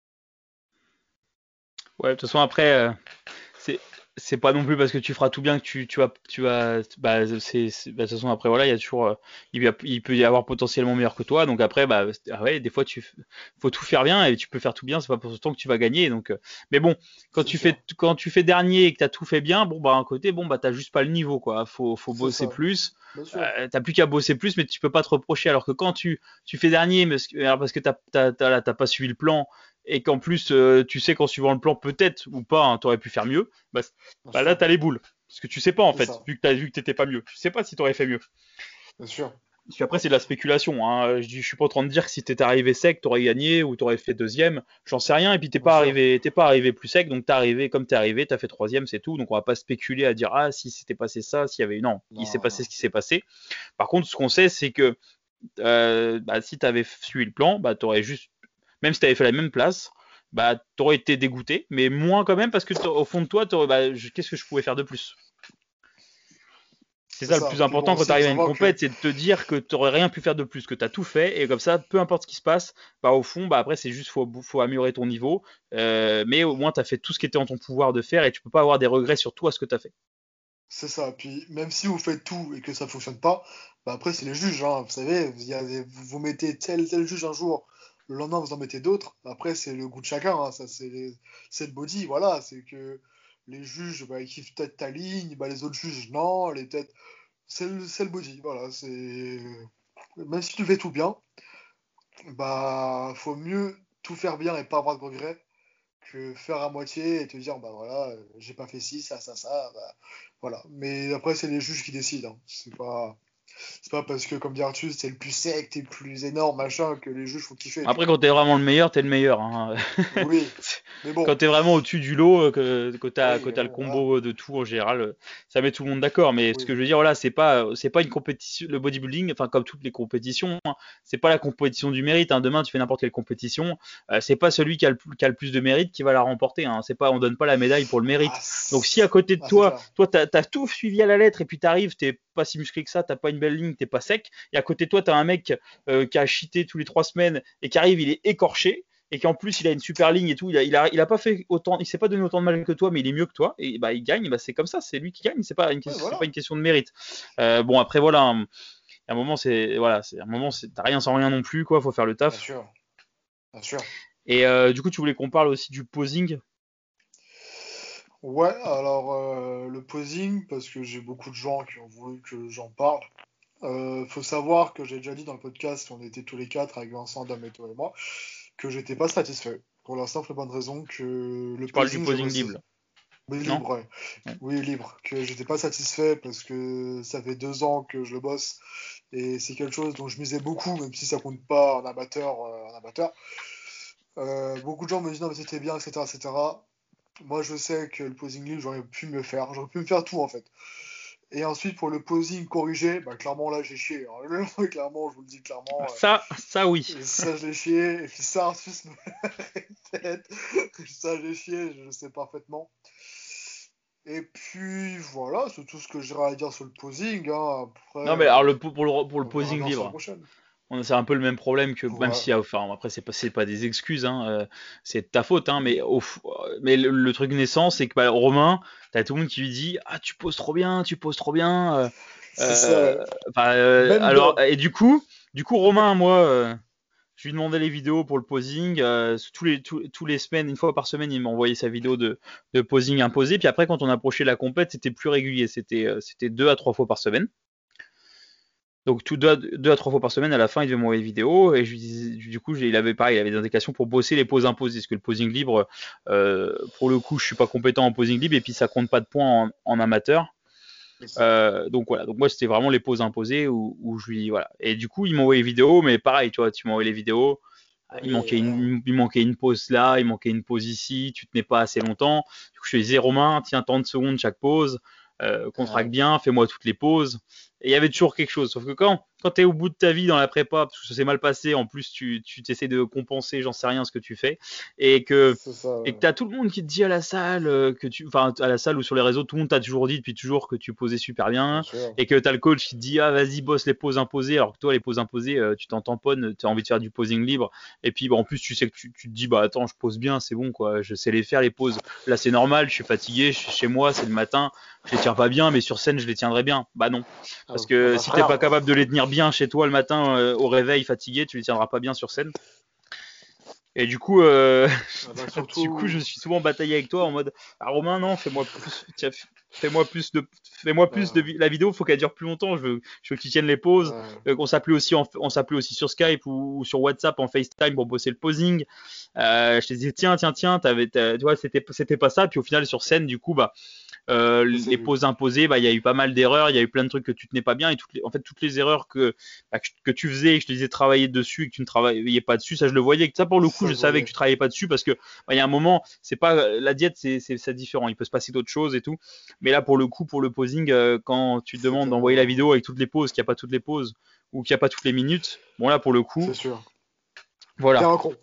Ouais, de toute façon, après, euh, c'est c'est pas non plus parce que tu feras tout bien que tu tu vas tu vas bah c'est c'est- bah, de toute façon après voilà il y a toujours euh, il, y a- il peut y avoir potentiellement meilleur que toi donc après bah c'est- ah ouais des fois tu f- faut tout faire bien et tu peux faire tout bien c'est pas pour autant que tu vas gagner donc euh, mais bon quand C'est tu fais sûr. quand tu fais dernier et que t'as tout fait bien bon bah à un côté bon bah t'as juste pas le niveau quoi faut faut C'est bosser ça. plus Bien sûr. euh, t'as plus qu'à bosser plus mais tu peux pas te reprocher alors que quand tu tu fais dernier mais parce que alors parce que t'as t'as t'as, là, t'as pas suivi le plan et qu'en plus euh, tu sais qu'en suivant le plan peut-être ou pas hein, t'aurais pu faire mieux bah Bien bah là, sûr. t'as les boules. Parce que tu sais pas, en C'est fait, ça. vu que t'as vu que t'étais pas mieux. Tu sais pas si t'aurais fait mieux. Bien sûr. Parce qu'après, c'est de la spéculation. Hein. Je, dis- je suis pas en train de dire que si t'étais arrivé sec, t'aurais gagné ou t'aurais fait deuxième. J'en sais rien. Et puis t'es Bien pas sûr. arrivé, t'es pas arrivé plus sec, donc t'es arrivé comme t'es arrivé, t'as fait troisième, c'est tout. Donc on va pas spéculer à dire ah si c'était passé ça, s'il y avait non, il s'est Non, passé non. ce qui s'est passé. Par contre, ce qu'on sait, c'est que euh, bah, si t'avais suivi le plan, bah t'aurais juste, même si t'avais fait la même place, bah t'aurais été dégoûté, mais moins quand même parce que au fond de toi, t'aurais, bah, je- qu'est-ce que je pouvais faire de plus? C'est C'est ça le ça. plus Puis bon, important quand aussi, tu il faut arrives à une savoir que. compète, c'est de te dire que tu n'aurais rien pu faire de plus, que tu as tout fait, et comme ça, peu importe ce qui se passe, bah, au fond, bah, après, c'est juste faut, faut améliorer ton niveau, euh, mais au moins, tu as fait tout ce qui était en ton pouvoir de faire, et tu peux pas avoir des regrets sur tout à ce que tu as fait. C'est ça. Puis même si vous faites tout et que ça fonctionne pas, bah après, c'est les juges. Hein. Vous savez, il y a des- vous, vous mettez tel, tel juge un jour, le lendemain, vous en mettez d'autres. Après, c'est le goût de chacun. Hein. Ça, c'est c'est le body. Voilà. C'est que les juges, bah, ils kiffent peut-être ta ligne, bah, les autres juges, non. Les têtes. C'est le, c'est le body. Voilà. C'est. Même si tu fais tout bien, bah, faut mieux tout faire bien et pas avoir de regrets que faire à moitié et te dire, bah voilà, euh, j'ai pas fait ci, ça, ça, ça, bah, voilà. Mais après, c'est les juges qui décident. Hein. C'est pas, c'est pas parce que, comme dit Arthus, c'est le plus sec, t'es le plus énorme, machin, que les juges font kiffer, tu Après, vois. quand t'es vraiment le meilleur, t'es le meilleur. Hein. Oui, mais bon, Quand t'es vraiment au-dessus du lot, euh, que, que t'as, oui, que mais t'as le bon, voilà. combo de tout en général, euh, ça met tout le monde d'accord. Mais ce Oui, que je veux dire, voilà, c'est pas, c'est pas une compétition, le bodybuilding, enfin comme toutes les compétitions, hein, c'est pas la compétition du mérite. Hein. Demain, tu fais n'importe quelle compétition, euh, c'est pas celui qui a, le, qui a le plus de mérite qui va la remporter. Hein. C'est pas, on donne pas la médaille pour le ah, mérite. Donc si à c'est côté de ah, c'est toi, clair. toi t'as, t'as tout suivi à la lettre et puis t'arrives, t'es pas si musclé que ça, t'as pas une belle ligne, t'es pas sec, et à côté de toi t'as un mec euh, qui a cheaté tous les trois semaines et qui arrive, il est écorché et qu'en plus il a une super ligne et tout, il a, il a, il a pas fait autant, il s'est pas donné autant de mal que toi, mais il est mieux que toi et bah il gagne, bah c'est comme ça, c'est lui qui gagne, c'est pas une, Ouais, c'est pas voilà, une question de mérite. Euh, bon après voilà, un, un moment c'est voilà, c'est un moment c'est t'as rien sans rien non plus quoi, faut faire le bien taf. sûr, bien sûr. Et euh, du coup tu voulais qu'on parle aussi du posing. Ouais, alors, euh, le posing, parce que j'ai beaucoup de gens qui ont voulu que j'en parle. Euh, faut savoir que j'ai déjà dit dans le podcast, on était tous les quatre avec Vincent, Dom et toi et moi, que j'étais pas satisfait. Pour la simple et bonne raison que le Tu parles du posing, je posing bossais. libre, Oui, non? libre, ouais. Ouais. Oui, libre. Que j'étais pas satisfait parce que ça fait deux ans que je le bosse et c'est quelque chose dont je misais beaucoup, même si ça compte pas en amateur. euh, en amateur. Euh, beaucoup de gens me disent non, mais c'était bien, et cetera, et cetera. Moi, je sais que le posing libre, j'aurais pu me le faire. J'aurais pu me faire tout en fait. Et ensuite, pour le posing corrigé, bah, clairement, là, j'ai chié. Hein. Clairement, je vous le dis clairement. Ça, ça oui. euh, ça, je l'ai chié. Et puis ça, Arthus me répète. Ça, j'ai chié, je le sais parfaitement. Et puis, voilà, c'est tout ce que j'ai à dire sur le posing. Hein. Après, Non mais euh, alors le pour le pour le on verra posing bien sur la libre. prochaine. On- C'est un peu le même problème que même Ouais. si enfin après c'est pas c'est pas des excuses hein, euh, c'est de ta faute hein, mais au f- euh, mais le, le truc naissant c'est que bah, Romain t'as tout le monde qui lui dit ah tu poses trop bien tu poses trop bien euh, C'est ça, ouais. euh, enfin, euh, Même alors Dom. et du coup du coup Romain moi euh, je lui demandais les vidéos pour le posing euh, tous les tous, tous les semaines une fois par semaine il m'envoyait sa vidéo de de posing imposé puis après quand on approchait la compète c'était plus régulier c'était euh, c'était deux à trois fois par semaine donc tout deux, à- deux à trois fois par semaine, à la fin, il devait m'envoyer une vidéo et je lui disais, du coup, il avait pareil, il avait des indications pour bosser les poses imposées, parce que le posing libre, euh, pour le coup, je suis pas compétent en posing libre et puis ça compte pas de points en, en amateur. C'est ça. Euh, donc voilà, donc moi c'était vraiment les poses imposées où, où je lui voilà. Et du coup, il m'envoyait les vidéos, mais pareil, tu vois, tu m'envoyais les vidéos. Il Oui, manquait voilà. une, il manquait une pause là, il manquait une pause ici, tu tenais pas assez longtemps. Du coup, je disais Romain, tiens, trente secondes chaque pause, euh, contracte Ouais. bien, fais-moi toutes les pauses. Et il y avait toujours quelque chose. Sauf que quand quand tu es au bout de ta vie dans la prépa, parce que ça s'est mal passé, en plus tu tu t'essaies de compenser, j'en sais rien ce que tu fais, et que C'est ça, et que ouais. t'as tout le monde qui te dit à la salle euh, que tu, enfin à la salle ou sur les réseaux, tout le monde t'a toujours dit depuis toujours que tu posais super Bien bien, sûr. et que t'as le coach qui te dit ah vas-y bosse les poses imposées, alors que toi les poses imposées, euh, tu t'en tamponnes, t'as envie de faire du posing libre, et puis bah, en plus tu sais que tu, tu te dis bah attends je pose bien, c'est bon quoi, je sais les faire les poses, là c'est normal, je suis fatigué, je suis chez moi, c'est le matin, je les tiens pas bien, mais sur scène je les tiendrai bien, bah non. Ah, Parce ah que bah si t'es pas frère, capable de les tenir bien chez toi le matin euh, au réveil fatigué, tu les tiendras pas bien sur scène. Et du coup, euh, ah bah du coup, je surtout, suis souvent bataillé avec toi en mode ah Romain non, fais-moi plus, tiens, fais-moi plus de, fais-moi plus de euh, vi- la vidéo, faut qu'elle dure plus longtemps. Je veux, je veux que tu tiennes les pauses. ouais, Euh, on s'appelait aussi, en- on s'appelait aussi sur Skype ou, ou sur WhatsApp en FaceTime pour bosser le posing. Euh, je te disais tiens, tiens, tiens, t'avais, t'as- tu vois, c'était, c'était pas ça. Puis au final sur scène, du coup, bah euh, je sais les vu. pauses imposées, bah il y a eu pas mal d'erreurs, il y a eu plein de trucs que tu tenais pas bien et toutes les, en fait toutes les erreurs que bah, que, que tu faisais et que je te disais travailler dessus et que tu ne travaillais pas dessus, ça je le voyais. Que ça pour le coup, Ça je se savais que voyait. tu travaillais pas dessus parce que bah, il y a un moment, c'est pas la diète, c'est c'est c'est différent. Il peut se passer d'autres choses et tout. Mais là pour le coup, pour le posing, euh, quand tu te demandes C'était d'envoyer la un... vidéo avec toutes les pauses, qu'il n'y a pas toutes les pauses ou qu'il n'y a pas toutes les minutes, bon là pour le coup, C'est sûr. T'es voilà. un con.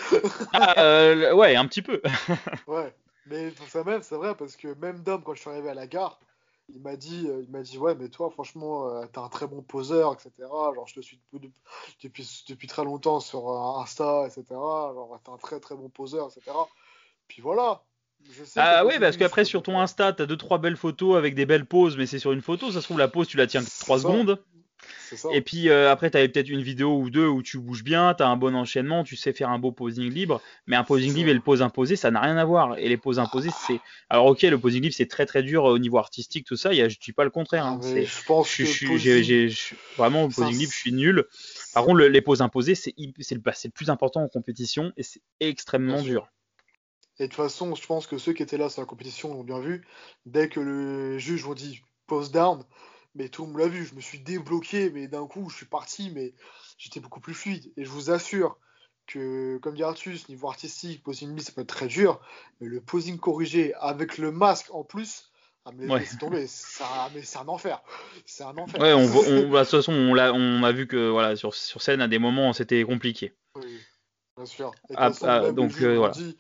Ah, euh, ouais, un petit peu. Ouais. Mais pour ça même, c'est vrai, parce que même Dom, quand je suis arrivé à la gare, il m'a dit, euh, il m'a dit, ouais, mais toi, franchement, euh, t'es un très bon poseur, et cetera. Genre, je te suis depuis, depuis, depuis très longtemps sur euh, Insta, et cetera. Genre, t'es un très très bon poseur, et cetera. Puis voilà. Je sais que le Ah ouais, posing parce libre, je qu'après peux sur pas ton faire. Insta, t'as deux trois belles photos avec des belles poses, mais c'est sur une photo, ça se trouve la pose tu la tiens que C'est trois ça. secondes. C'est ça. Et puis euh, après t'avais peut-être une vidéo ou deux où tu bouges bien, t'as un bon enchaînement, tu sais faire un beau posing libre, mais un C'est posing libre et le ça. pose imposé, ça n'a rien à voir. Et les poses imposées, c'est alors ok, le posing libre c'est très très dur euh, au niveau artistique, tout ça. Il y a, je dis pas le contraire. Ah, Hein. mais C'est, je je pense suis, que je le suis, j'ai, posing, j'ai- je suis- vraiment le ça, posing libre, je suis nul. Par contre, le- les poses imposées, c'est, hy- c'est le, bah, c'est le plus important en compétition et c'est bien extrêmement sûr. dur. Et de toute façon, je pense que ceux qui étaient là sur la compétition l'ont bien vu. Dès que le juge m'a dit pose down, mais tout le monde l'a vu. Je me suis débloqué, mais d'un coup, je suis parti, mais j'étais beaucoup plus fluide. Et je vous assure que, comme dit Artus, niveau artistique, posing mid, ça peut être très dur. Mais le posing corrigé avec le masque en plus, ah mais Ouais. laissez tomber, c'est un, mais c'est un enfer. C'est un enfer. Ouais, on, voit- on, bah, de toute façon, on l'a, on a vu que voilà, sur, sur scène, à des moments, c'était compliqué. Oui, bien sûr. Et de toute Ah, façon, ah, même les donc juges euh, me l'ont voilà. dit.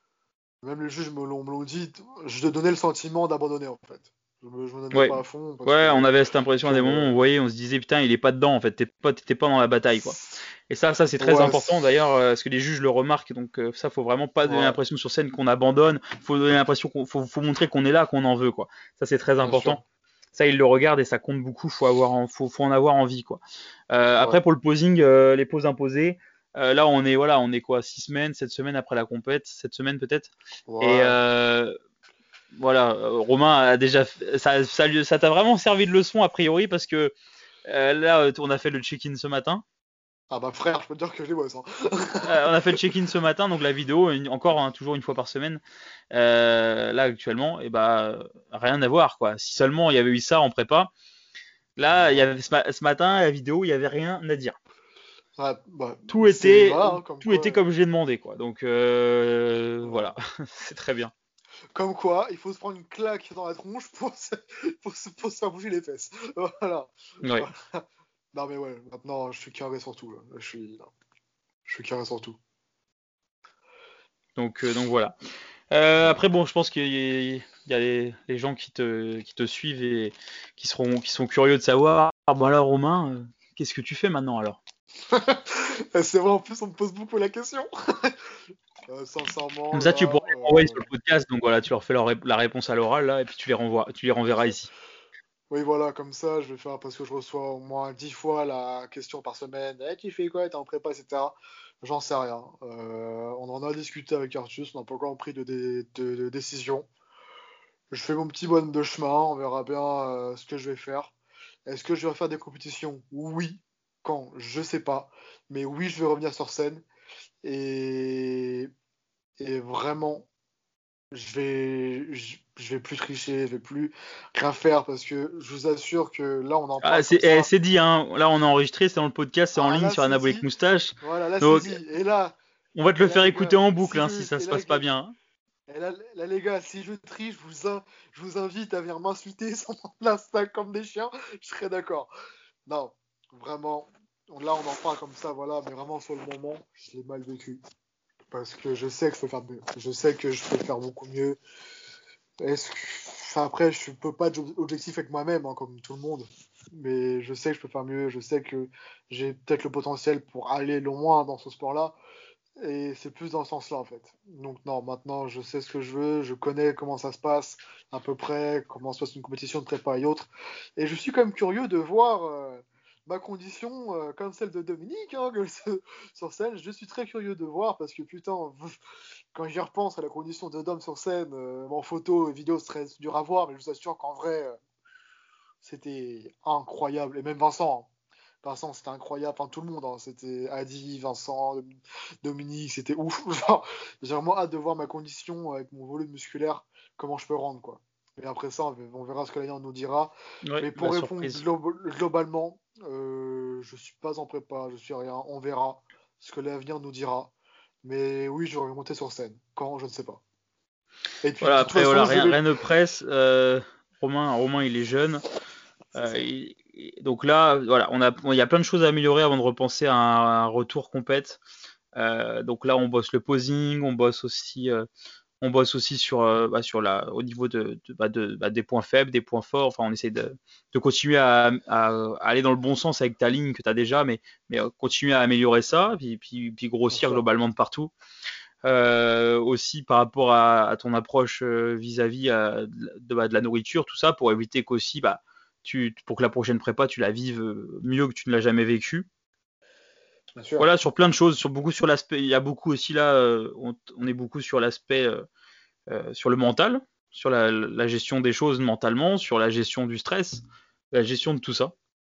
Même les juges me l'ont me l'ont dit, je te donnais le sentiment d'abandonner en fait. Je me, je me donnais Ouais, pas à fond parce ouais, on que avait cette impression à des j'en moments, on ai. voyait, on se disait putain, il est pas dedans en fait, t'es pas, t'étais pas dans la bataille quoi. Et ça, ça c'est très Ouais, important d'ailleurs, c'est- euh, parce que les juges le remarquent, donc euh, ça faut vraiment pas donner ouais, l'impression sur scène qu'on abandonne, faut donner l'impression qu'on faut, faut montrer qu'on est là, qu'on en veut quoi. Ça c'est très bien important. sûr. Ça ils le regardent et ça compte beaucoup, faut avoir, en, faut, faut en avoir envie quoi. Euh, Ouais, après pour le posing, euh, les poses imposées, euh, là on est voilà, on est quoi, six semaines, sept semaines après la compète, sept semaines peut-être. Et ouais. euh, voilà, euh, Romain a déjà fait- ça, ça, lui- ça t'a vraiment servi de leçon a priori parce que euh, là euh, on a fait le check-in ce matin. Ah bah frère, je peux te dire que je les bosse. Hein. Euh, on a fait le check-in ce matin, donc la vidéo une- encore hein, toujours une fois par semaine. Euh, là actuellement, et bah rien à voir quoi. Si seulement il y avait eu ça en prépa, là il y Ouais. avait ce, ma- ce matin la vidéo, il y avait rien à dire. Ouais, bah, Tout c'est était voilà, hein, comme tout était quoi, comme j'ai demandé quoi. Donc euh, voilà, voilà. c'est très bien. Comme quoi, il faut se prendre une claque dans la tronche pour se, pour se, pour se faire bouger les fesses. Voilà. Ouais. Non mais ouais, maintenant je suis carré sur tout là. Là, je suis, non, je suis carré sur tout. Donc euh, donc voilà. Euh, après bon, je pense qu'il y a, il y a les, les gens qui te, qui te suivent et qui seront, qui sont curieux de savoir. Ah bon alors Romain, euh, qu'est-ce que tu fais maintenant alors? C'est vrai, en plus, on me pose beaucoup la question. Euh, Comme sincèrement, ça, tu là, pourras les renvoyer euh, sur le podcast. Donc voilà, tu leur fais leur ré- la réponse à l'oral là, et puis tu les renvoies, tu les bien renverras sûr. ici. Oui, voilà, comme ça, je vais faire parce que je reçois au moins dix fois la question par semaine. Eh, tu fais quoi? T'es en prépa, et cetera. J'en sais rien. Euh, on en a discuté avec Artus, on n'a pas encore pris de, dé- de- de décision. Je fais mon petit bonhomme de chemin, on verra bien euh, ce que je vais faire. Est-ce que je vais faire des compétitions? Oui. Quand? Je sais pas. Mais oui, je vais revenir sur scène. Et, et vraiment, je vais, je, je vais plus tricher, je vais plus rien faire parce que je vous assure que là, on en Ah, parle c'est comme eh, ça. c'est dit, hein. Là, on a enregistré, c'est dans le podcast, c'est en Ah ligne là, sur c'est Anabolic dit. Moustache. Voilà, là, c'est Donc, dit. Et là, on va te et le là, faire les écouter gars, en si boucle, hein, je, si ça et se là, passe pas bien. Hein. et là, là, les gars, si je triche, je vous, in- je vous invite à venir m'insulter sur mon Insta comme des chiens. Je serais d'accord. Non. vraiment, là on en parle comme ça, voilà, mais vraiment sur le moment, je l'ai mal vécu. Parce que je sais que je peux faire mieux. Je sais que je peux faire beaucoup mieux. Est-ce que... enfin, après, je peux pas être objectif avec moi-même, hein, comme tout le monde. Mais je sais que je peux faire mieux. Je sais que j'ai peut-être le potentiel pour aller loin dans ce sport-là. Et c'est plus dans ce sens-là, en fait. Donc, non, maintenant, je sais ce que je veux. Je connais comment ça se passe, à peu près, comment se passe une compétition de prépa et autres. Et je suis quand même curieux de voir euh, ma condition euh, comme celle de Dominique, hein, que ce- sur scène. Je suis très curieux de voir parce que, putain, quand j'y repense à la condition de Dom sur scène, euh, en photo et vidéo, c'est très dur à voir, mais je vous assure qu'en vrai, euh, c'était incroyable. Et même Vincent, hein. Vincent, c'était incroyable. Enfin, tout le monde, hein. C'était Adi, Vincent, Dominique, c'était ouf. Genre, j'ai vraiment hâte de voir ma condition avec mon volume musculaire, comment je peux rendre, quoi. Et après ça, on verra ce que l'avenir nous dira. Ouais, Mais la pour répondre surprise. glo- globalement, euh, je suis pas en prépa, je suis rien. On verra ce que l'avenir nous dira. Mais oui, je vais monter sur scène. Quand, je ne sais pas. Et puis, de Voilà, toute après, voilà, façon, je rien, vais. rien ne presse. Euh, Romain, Romain, il est jeune. C'est Euh, ça. il- il- donc là, voilà, on a, il y a plein de choses à améliorer avant de repenser à un, un retour compète. Euh, donc là, on bosse le posing, on bosse aussi, euh, on bosse aussi sur, euh, bah, sur la, au niveau de, de, bah, de bah, des points faibles, des points forts. Enfin, on essaie de, de continuer à, à, à aller dans le bon sens avec ta ligne que tu as déjà, mais, mais euh, continuer à améliorer ça, puis, puis, puis Bien grossir sûr. globalement de partout. Euh, aussi par rapport à, à ton approche euh, vis-à-vis euh, de, bah, de la nourriture, tout ça, pour éviter qu'aussi, bah, tu, pour que la prochaine prépa, tu la vives euh, mieux que tu ne l'as jamais vécu. Bien sûr. Voilà, sur plein de choses, sur beaucoup sur l'aspect, il y a beaucoup aussi là, euh, on, on est beaucoup sur l'aspect, euh, euh, sur le mental, sur la, la gestion des choses mentalement, sur la gestion du stress, la gestion de tout ça.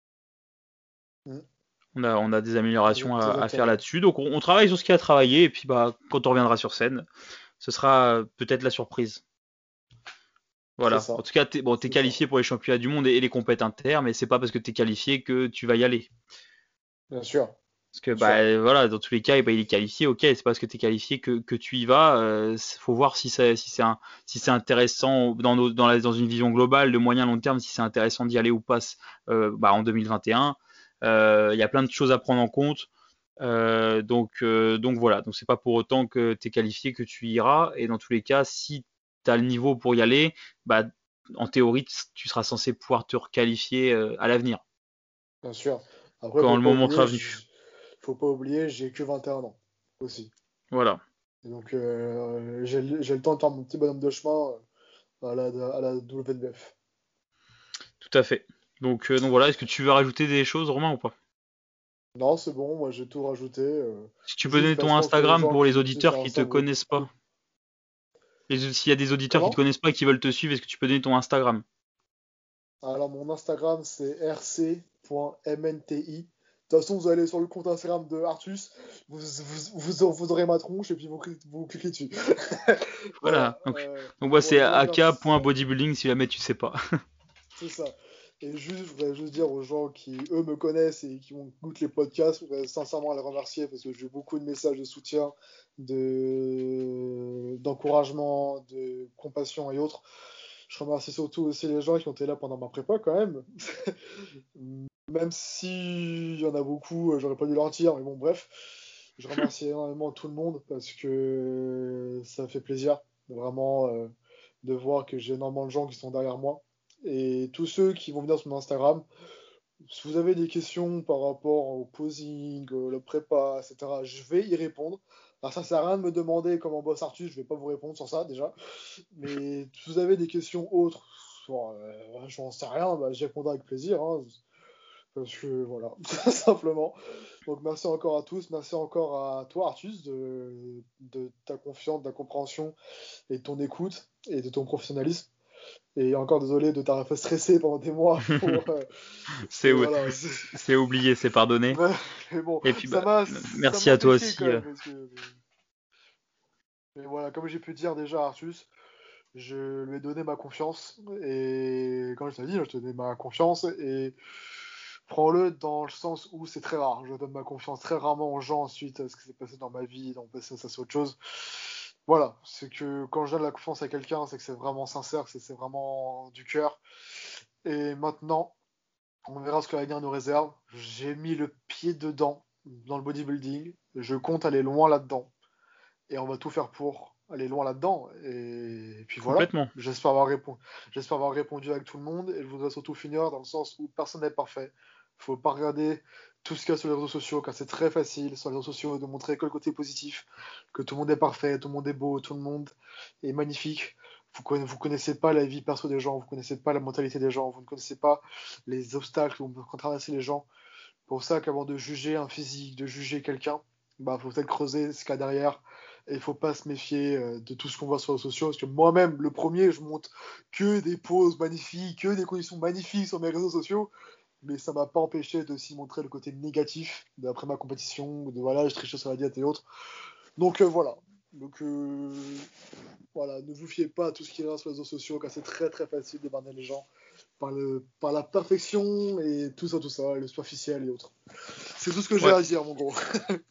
Mm. On a, on a des améliorations Exa- à, à faire Exactement. là-dessus, donc on, on travaille sur ce qu'il y a à travailler, et puis bah, quand on reviendra sur scène, ce sera euh, peut-être la surprise. C'est Voilà. En ça. tout cas, t'es bon, t'es C'est ça. qualifié pour les championnats du monde et, et les compètes inter, mais c'est pas parce que t'es qualifié que tu vas y aller. Bien sûr. Parce que Bien sûr. bah voilà, dans tous les cas, eh ben, il est qualifié, ok, c'est pas parce que t'es qualifié que, que tu y vas. Euh, faut voir si c'est si c'est un si c'est intéressant dans nos, dans la, dans une vision globale, de moyen long terme, si c'est intéressant d'y aller ou pas euh, bah, en deux mille vingt et un. Euh, Il y a plein de choses à prendre en compte. Euh, donc euh, donc voilà, donc c'est pas pour autant que t'es qualifié que tu iras. Et dans tous les cas, si t'as le niveau pour y aller, bah en théorie, tu seras censé pouvoir te requalifier euh, à l'avenir, Bien sûr. Après, quand faut le pas moment sera oublier, venu. j- faut pas oublier, j'ai que vingt et un ans aussi. Voilà, Et donc, euh, j'ai le j'ai le temps de faire mon petit bonhomme de chemin euh, à la, à la W N B F. tout à fait. Donc, euh, donc voilà, est-ce que tu veux rajouter des choses, Romain, ou pas? Non, c'est bon, moi j'ai tout rajouté. euh, Si tu peux juste, donner bah, je ton pense que les Instagram gens pour qui les me suivent sur auditeurs qui te Insta, vous. connaissent pas. Et s'il y a des auditeurs qui te Comment? connaissent pas et qui veulent te suivre, est-ce que tu peux donner ton Instagram? Alors, mon Instagram, c'est r c point m n t i. De toute façon, vous allez sur le compte Instagram de Artus, vous, vous, vous, vous aurez ma tronche et puis vous, cliquez- vous cliquez dessus. Voilà. Voilà. Donc, euh, donc moi pour c'est les exercices, ak.bodybuilding si jamais tu sais pas. c'est ça. Et juste, je voudrais juste dire aux gens qui, eux, me connaissent et qui ont goûté les podcasts, je voudrais sincèrement les remercier parce que j'ai eu beaucoup de messages de soutien, de, d'encouragement, de compassion et autres. Je remercie surtout aussi les gens qui ont été là pendant ma prépa quand même. Même si il y en a beaucoup, euh, j'aurais pas dû leur dire, mais bon, bref. Je remercie énormément tout le monde parce que ça fait plaisir vraiment euh, de voir que j'ai énormément de gens qui sont derrière moi. Et tous ceux qui vont venir sur mon Instagram, si vous avez des questions par rapport au posing, euh, le prépa, et cetera, je vais y répondre. Alors ça sert à rien de me demander comment bosse Arthur, je vais pas vous répondre sur ça déjà. Mais si vous avez des questions autres, bon, euh, j'en sais rien, bah, j'y répondrai avec plaisir, hein, parce que voilà, tout simplement. Donc merci encore à tous, merci encore à toi Artus de, de ta confiance, de ta compréhension et de ton écoute et de ton professionnalisme. Et encore désolé de t'avoir fait stresser pendant des mois pour. euh, c'est mais voilà. c'est oublié, c'est pardonné. Mais, mais bon, Et puis ça bah m'a ça merci m'a à fait toi chier quand aussi. euh. même. Parce que... Mais voilà, comme j'ai pu dire déjà à Artus, je lui ai donné ma confiance. Et quand je t'ai dit, je te donné ma confiance. Et prends-le dans le sens où c'est très rare. Je donne ma confiance très rarement aux gens ensuite à ce qui s'est passé dans ma vie. Donc ça, ça c'est autre chose. Voilà, c'est que quand je donne la confiance à quelqu'un, c'est que c'est vraiment sincère, c'est c'est vraiment du cœur. Et maintenant, On verra ce que l'avenir nous réserve. J'ai mis le pied dedans dans le bodybuilding. Je compte aller loin là-dedans. Et on va tout faire pour aller loin là-dedans. Et, et puis voilà. Complètement. J'espère avoir, répondu, j'espère avoir répondu avec tout le monde. Et je voudrais surtout finir dans le sens où personne n'est parfait. Faut pas regarder tout ce qu'il y a sur les réseaux sociaux, car c'est très facile sur les réseaux sociaux de montrer que le côté positif, que tout le monde est parfait, tout le monde est beau, tout le monde est magnifique. Vous ne vous connaissez pas la vie perso des gens, vous ne connaissez pas la mentalité des gens, vous ne connaissez pas les obstacles qu'ont traversé les gens. Pour ça qu'avant de juger un physique, de juger quelqu'un, bah faut peut-être creuser ce qu'il y a derrière. Et il faut pas se méfier euh, de tout ce qu'on voit sur les réseaux sociaux, parce que moi-même, le premier, je monte que des poses magnifiques, que des conditions magnifiques sur mes réseaux sociaux, mais ça m'a pas empêché de aussi montrer le côté négatif d'après ma compétition, de voilà, je trichais sur la diète et autres. Donc euh, voilà. Donc euh, voilà, ne vous fiez pas à tout ce qui est là sur les réseaux sociaux, car c'est très très facile de berner les gens par, le, par la perfection et tout ça, tout ça, le superficiel et autres. C'est tout ce que j'ai Ouais. à dire, mon gros.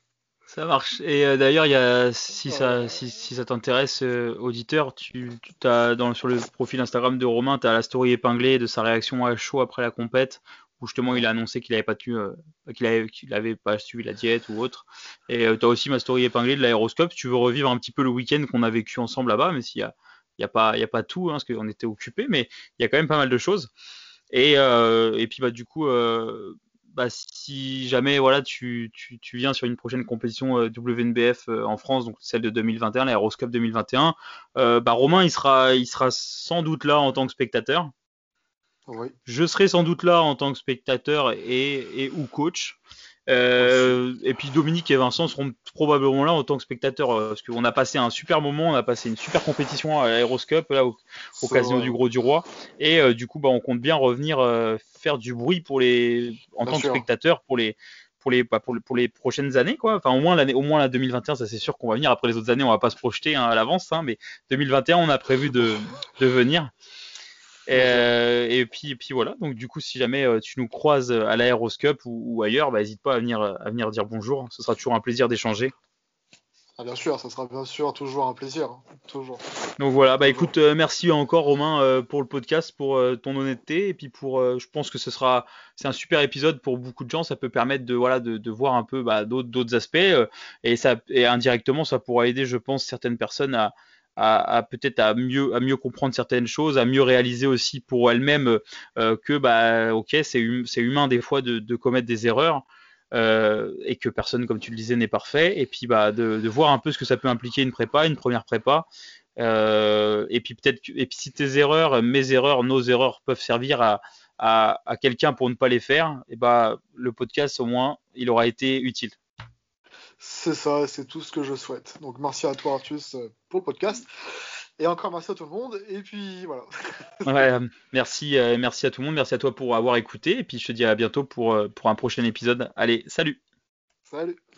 Ça marche. Et euh, d'ailleurs, il y a, si ça, Euh, si, si ça t'intéresse, euh, auditeur, tu, tu t'as dans sur le profil Instagram de Romain, tu as la story épinglée de sa réaction à chaud après la compète, où justement il ouais. a annoncé qu'il avait pas tenu, euh, qu'il avait, qu'il avait pas suivi la diète ou autre. Et euh, tu as aussi ma story épinglée de l'aéroscope. Si tu veux revivre un petit peu le week-end qu'on a vécu ensemble là-bas, mais s'il y a, il y a pas, il y a pas tout, hein, parce qu'on était occupés, mais il y a quand même pas mal de choses. Et, euh, et puis bah du coup, euh, bah, si jamais voilà tu, tu, tu viens sur une prochaine compétition euh, W N B F euh, en France, donc celle de deux mille vingt et un, l'Aéroscope deux mille vingt et un, euh, bah Romain il sera il sera sans doute là en tant que spectateur. Oui, Je serai sans doute là en tant que spectateur et, et ou coach. aussi. Euh, et puis Dominique et Vincent seront probablement là en tant que spectateurs euh, parce qu'on a passé un super moment, on a passé une super compétition à l'Aéroscope là au, au C'est Casino vrai, du ouais. Gros du Roi et euh, du coup bah on compte bien revenir euh, faire du bruit pour les en Bien tant que sûr. spectateur pour les pour les bah, pour, pour les prochaines années quoi. Enfin au moins l'année au moins la deux mille vingt et un ça c'est sûr qu'on va venir. Après les autres années on va pas se projeter hein, à l'avance hein, mais deux mille vingt et un on a prévu de de venir. Bien sûr. Euh, et puis, et puis voilà. Donc du coup, si jamais euh, tu nous croises à l'Aéroscope ou, ou ailleurs, bah, n'hésite pas à venir, à venir dire bonjour. Ce sera toujours un plaisir d'échanger. Ah, bien sûr, ça sera bien sûr toujours un plaisir. Hein. Toujours. Donc voilà. Bah Toujours. écoute, euh, merci encore Romain euh, pour le podcast, pour euh, ton honnêteté et puis pour. Euh, je pense que ce sera, c'est un super épisode pour beaucoup de gens. Ça peut permettre de voilà de, de voir un peu bah, d'autres d'autres aspects euh, et ça et indirectement ça pourra aider, je pense, certaines personnes à à, à peut-être à mieux à mieux comprendre certaines choses, à mieux réaliser aussi pour elles-mêmes euh, que bah ok c'est hum, c'est humain des fois de, de commettre des erreurs euh, et que personne comme tu le disais n'est parfait et puis bah de, de voir un peu ce que ça peut impliquer une prépa, une première prépa euh, et puis peut-être que, et puis si tes erreurs, mes erreurs, nos erreurs peuvent servir à à, à quelqu'un pour ne pas les faire, et bah le podcast au moins il aura été utile. C'est ça, c'est tout ce que je souhaite. Donc merci à toi Artus euh, pour le podcast. Et encore merci à tout le monde. Et puis voilà. Ouais, euh, merci, euh, merci à tout le monde, merci à toi pour avoir écouté, et puis je te dis à bientôt pour, euh, pour un prochain épisode. Allez, salut! Salut.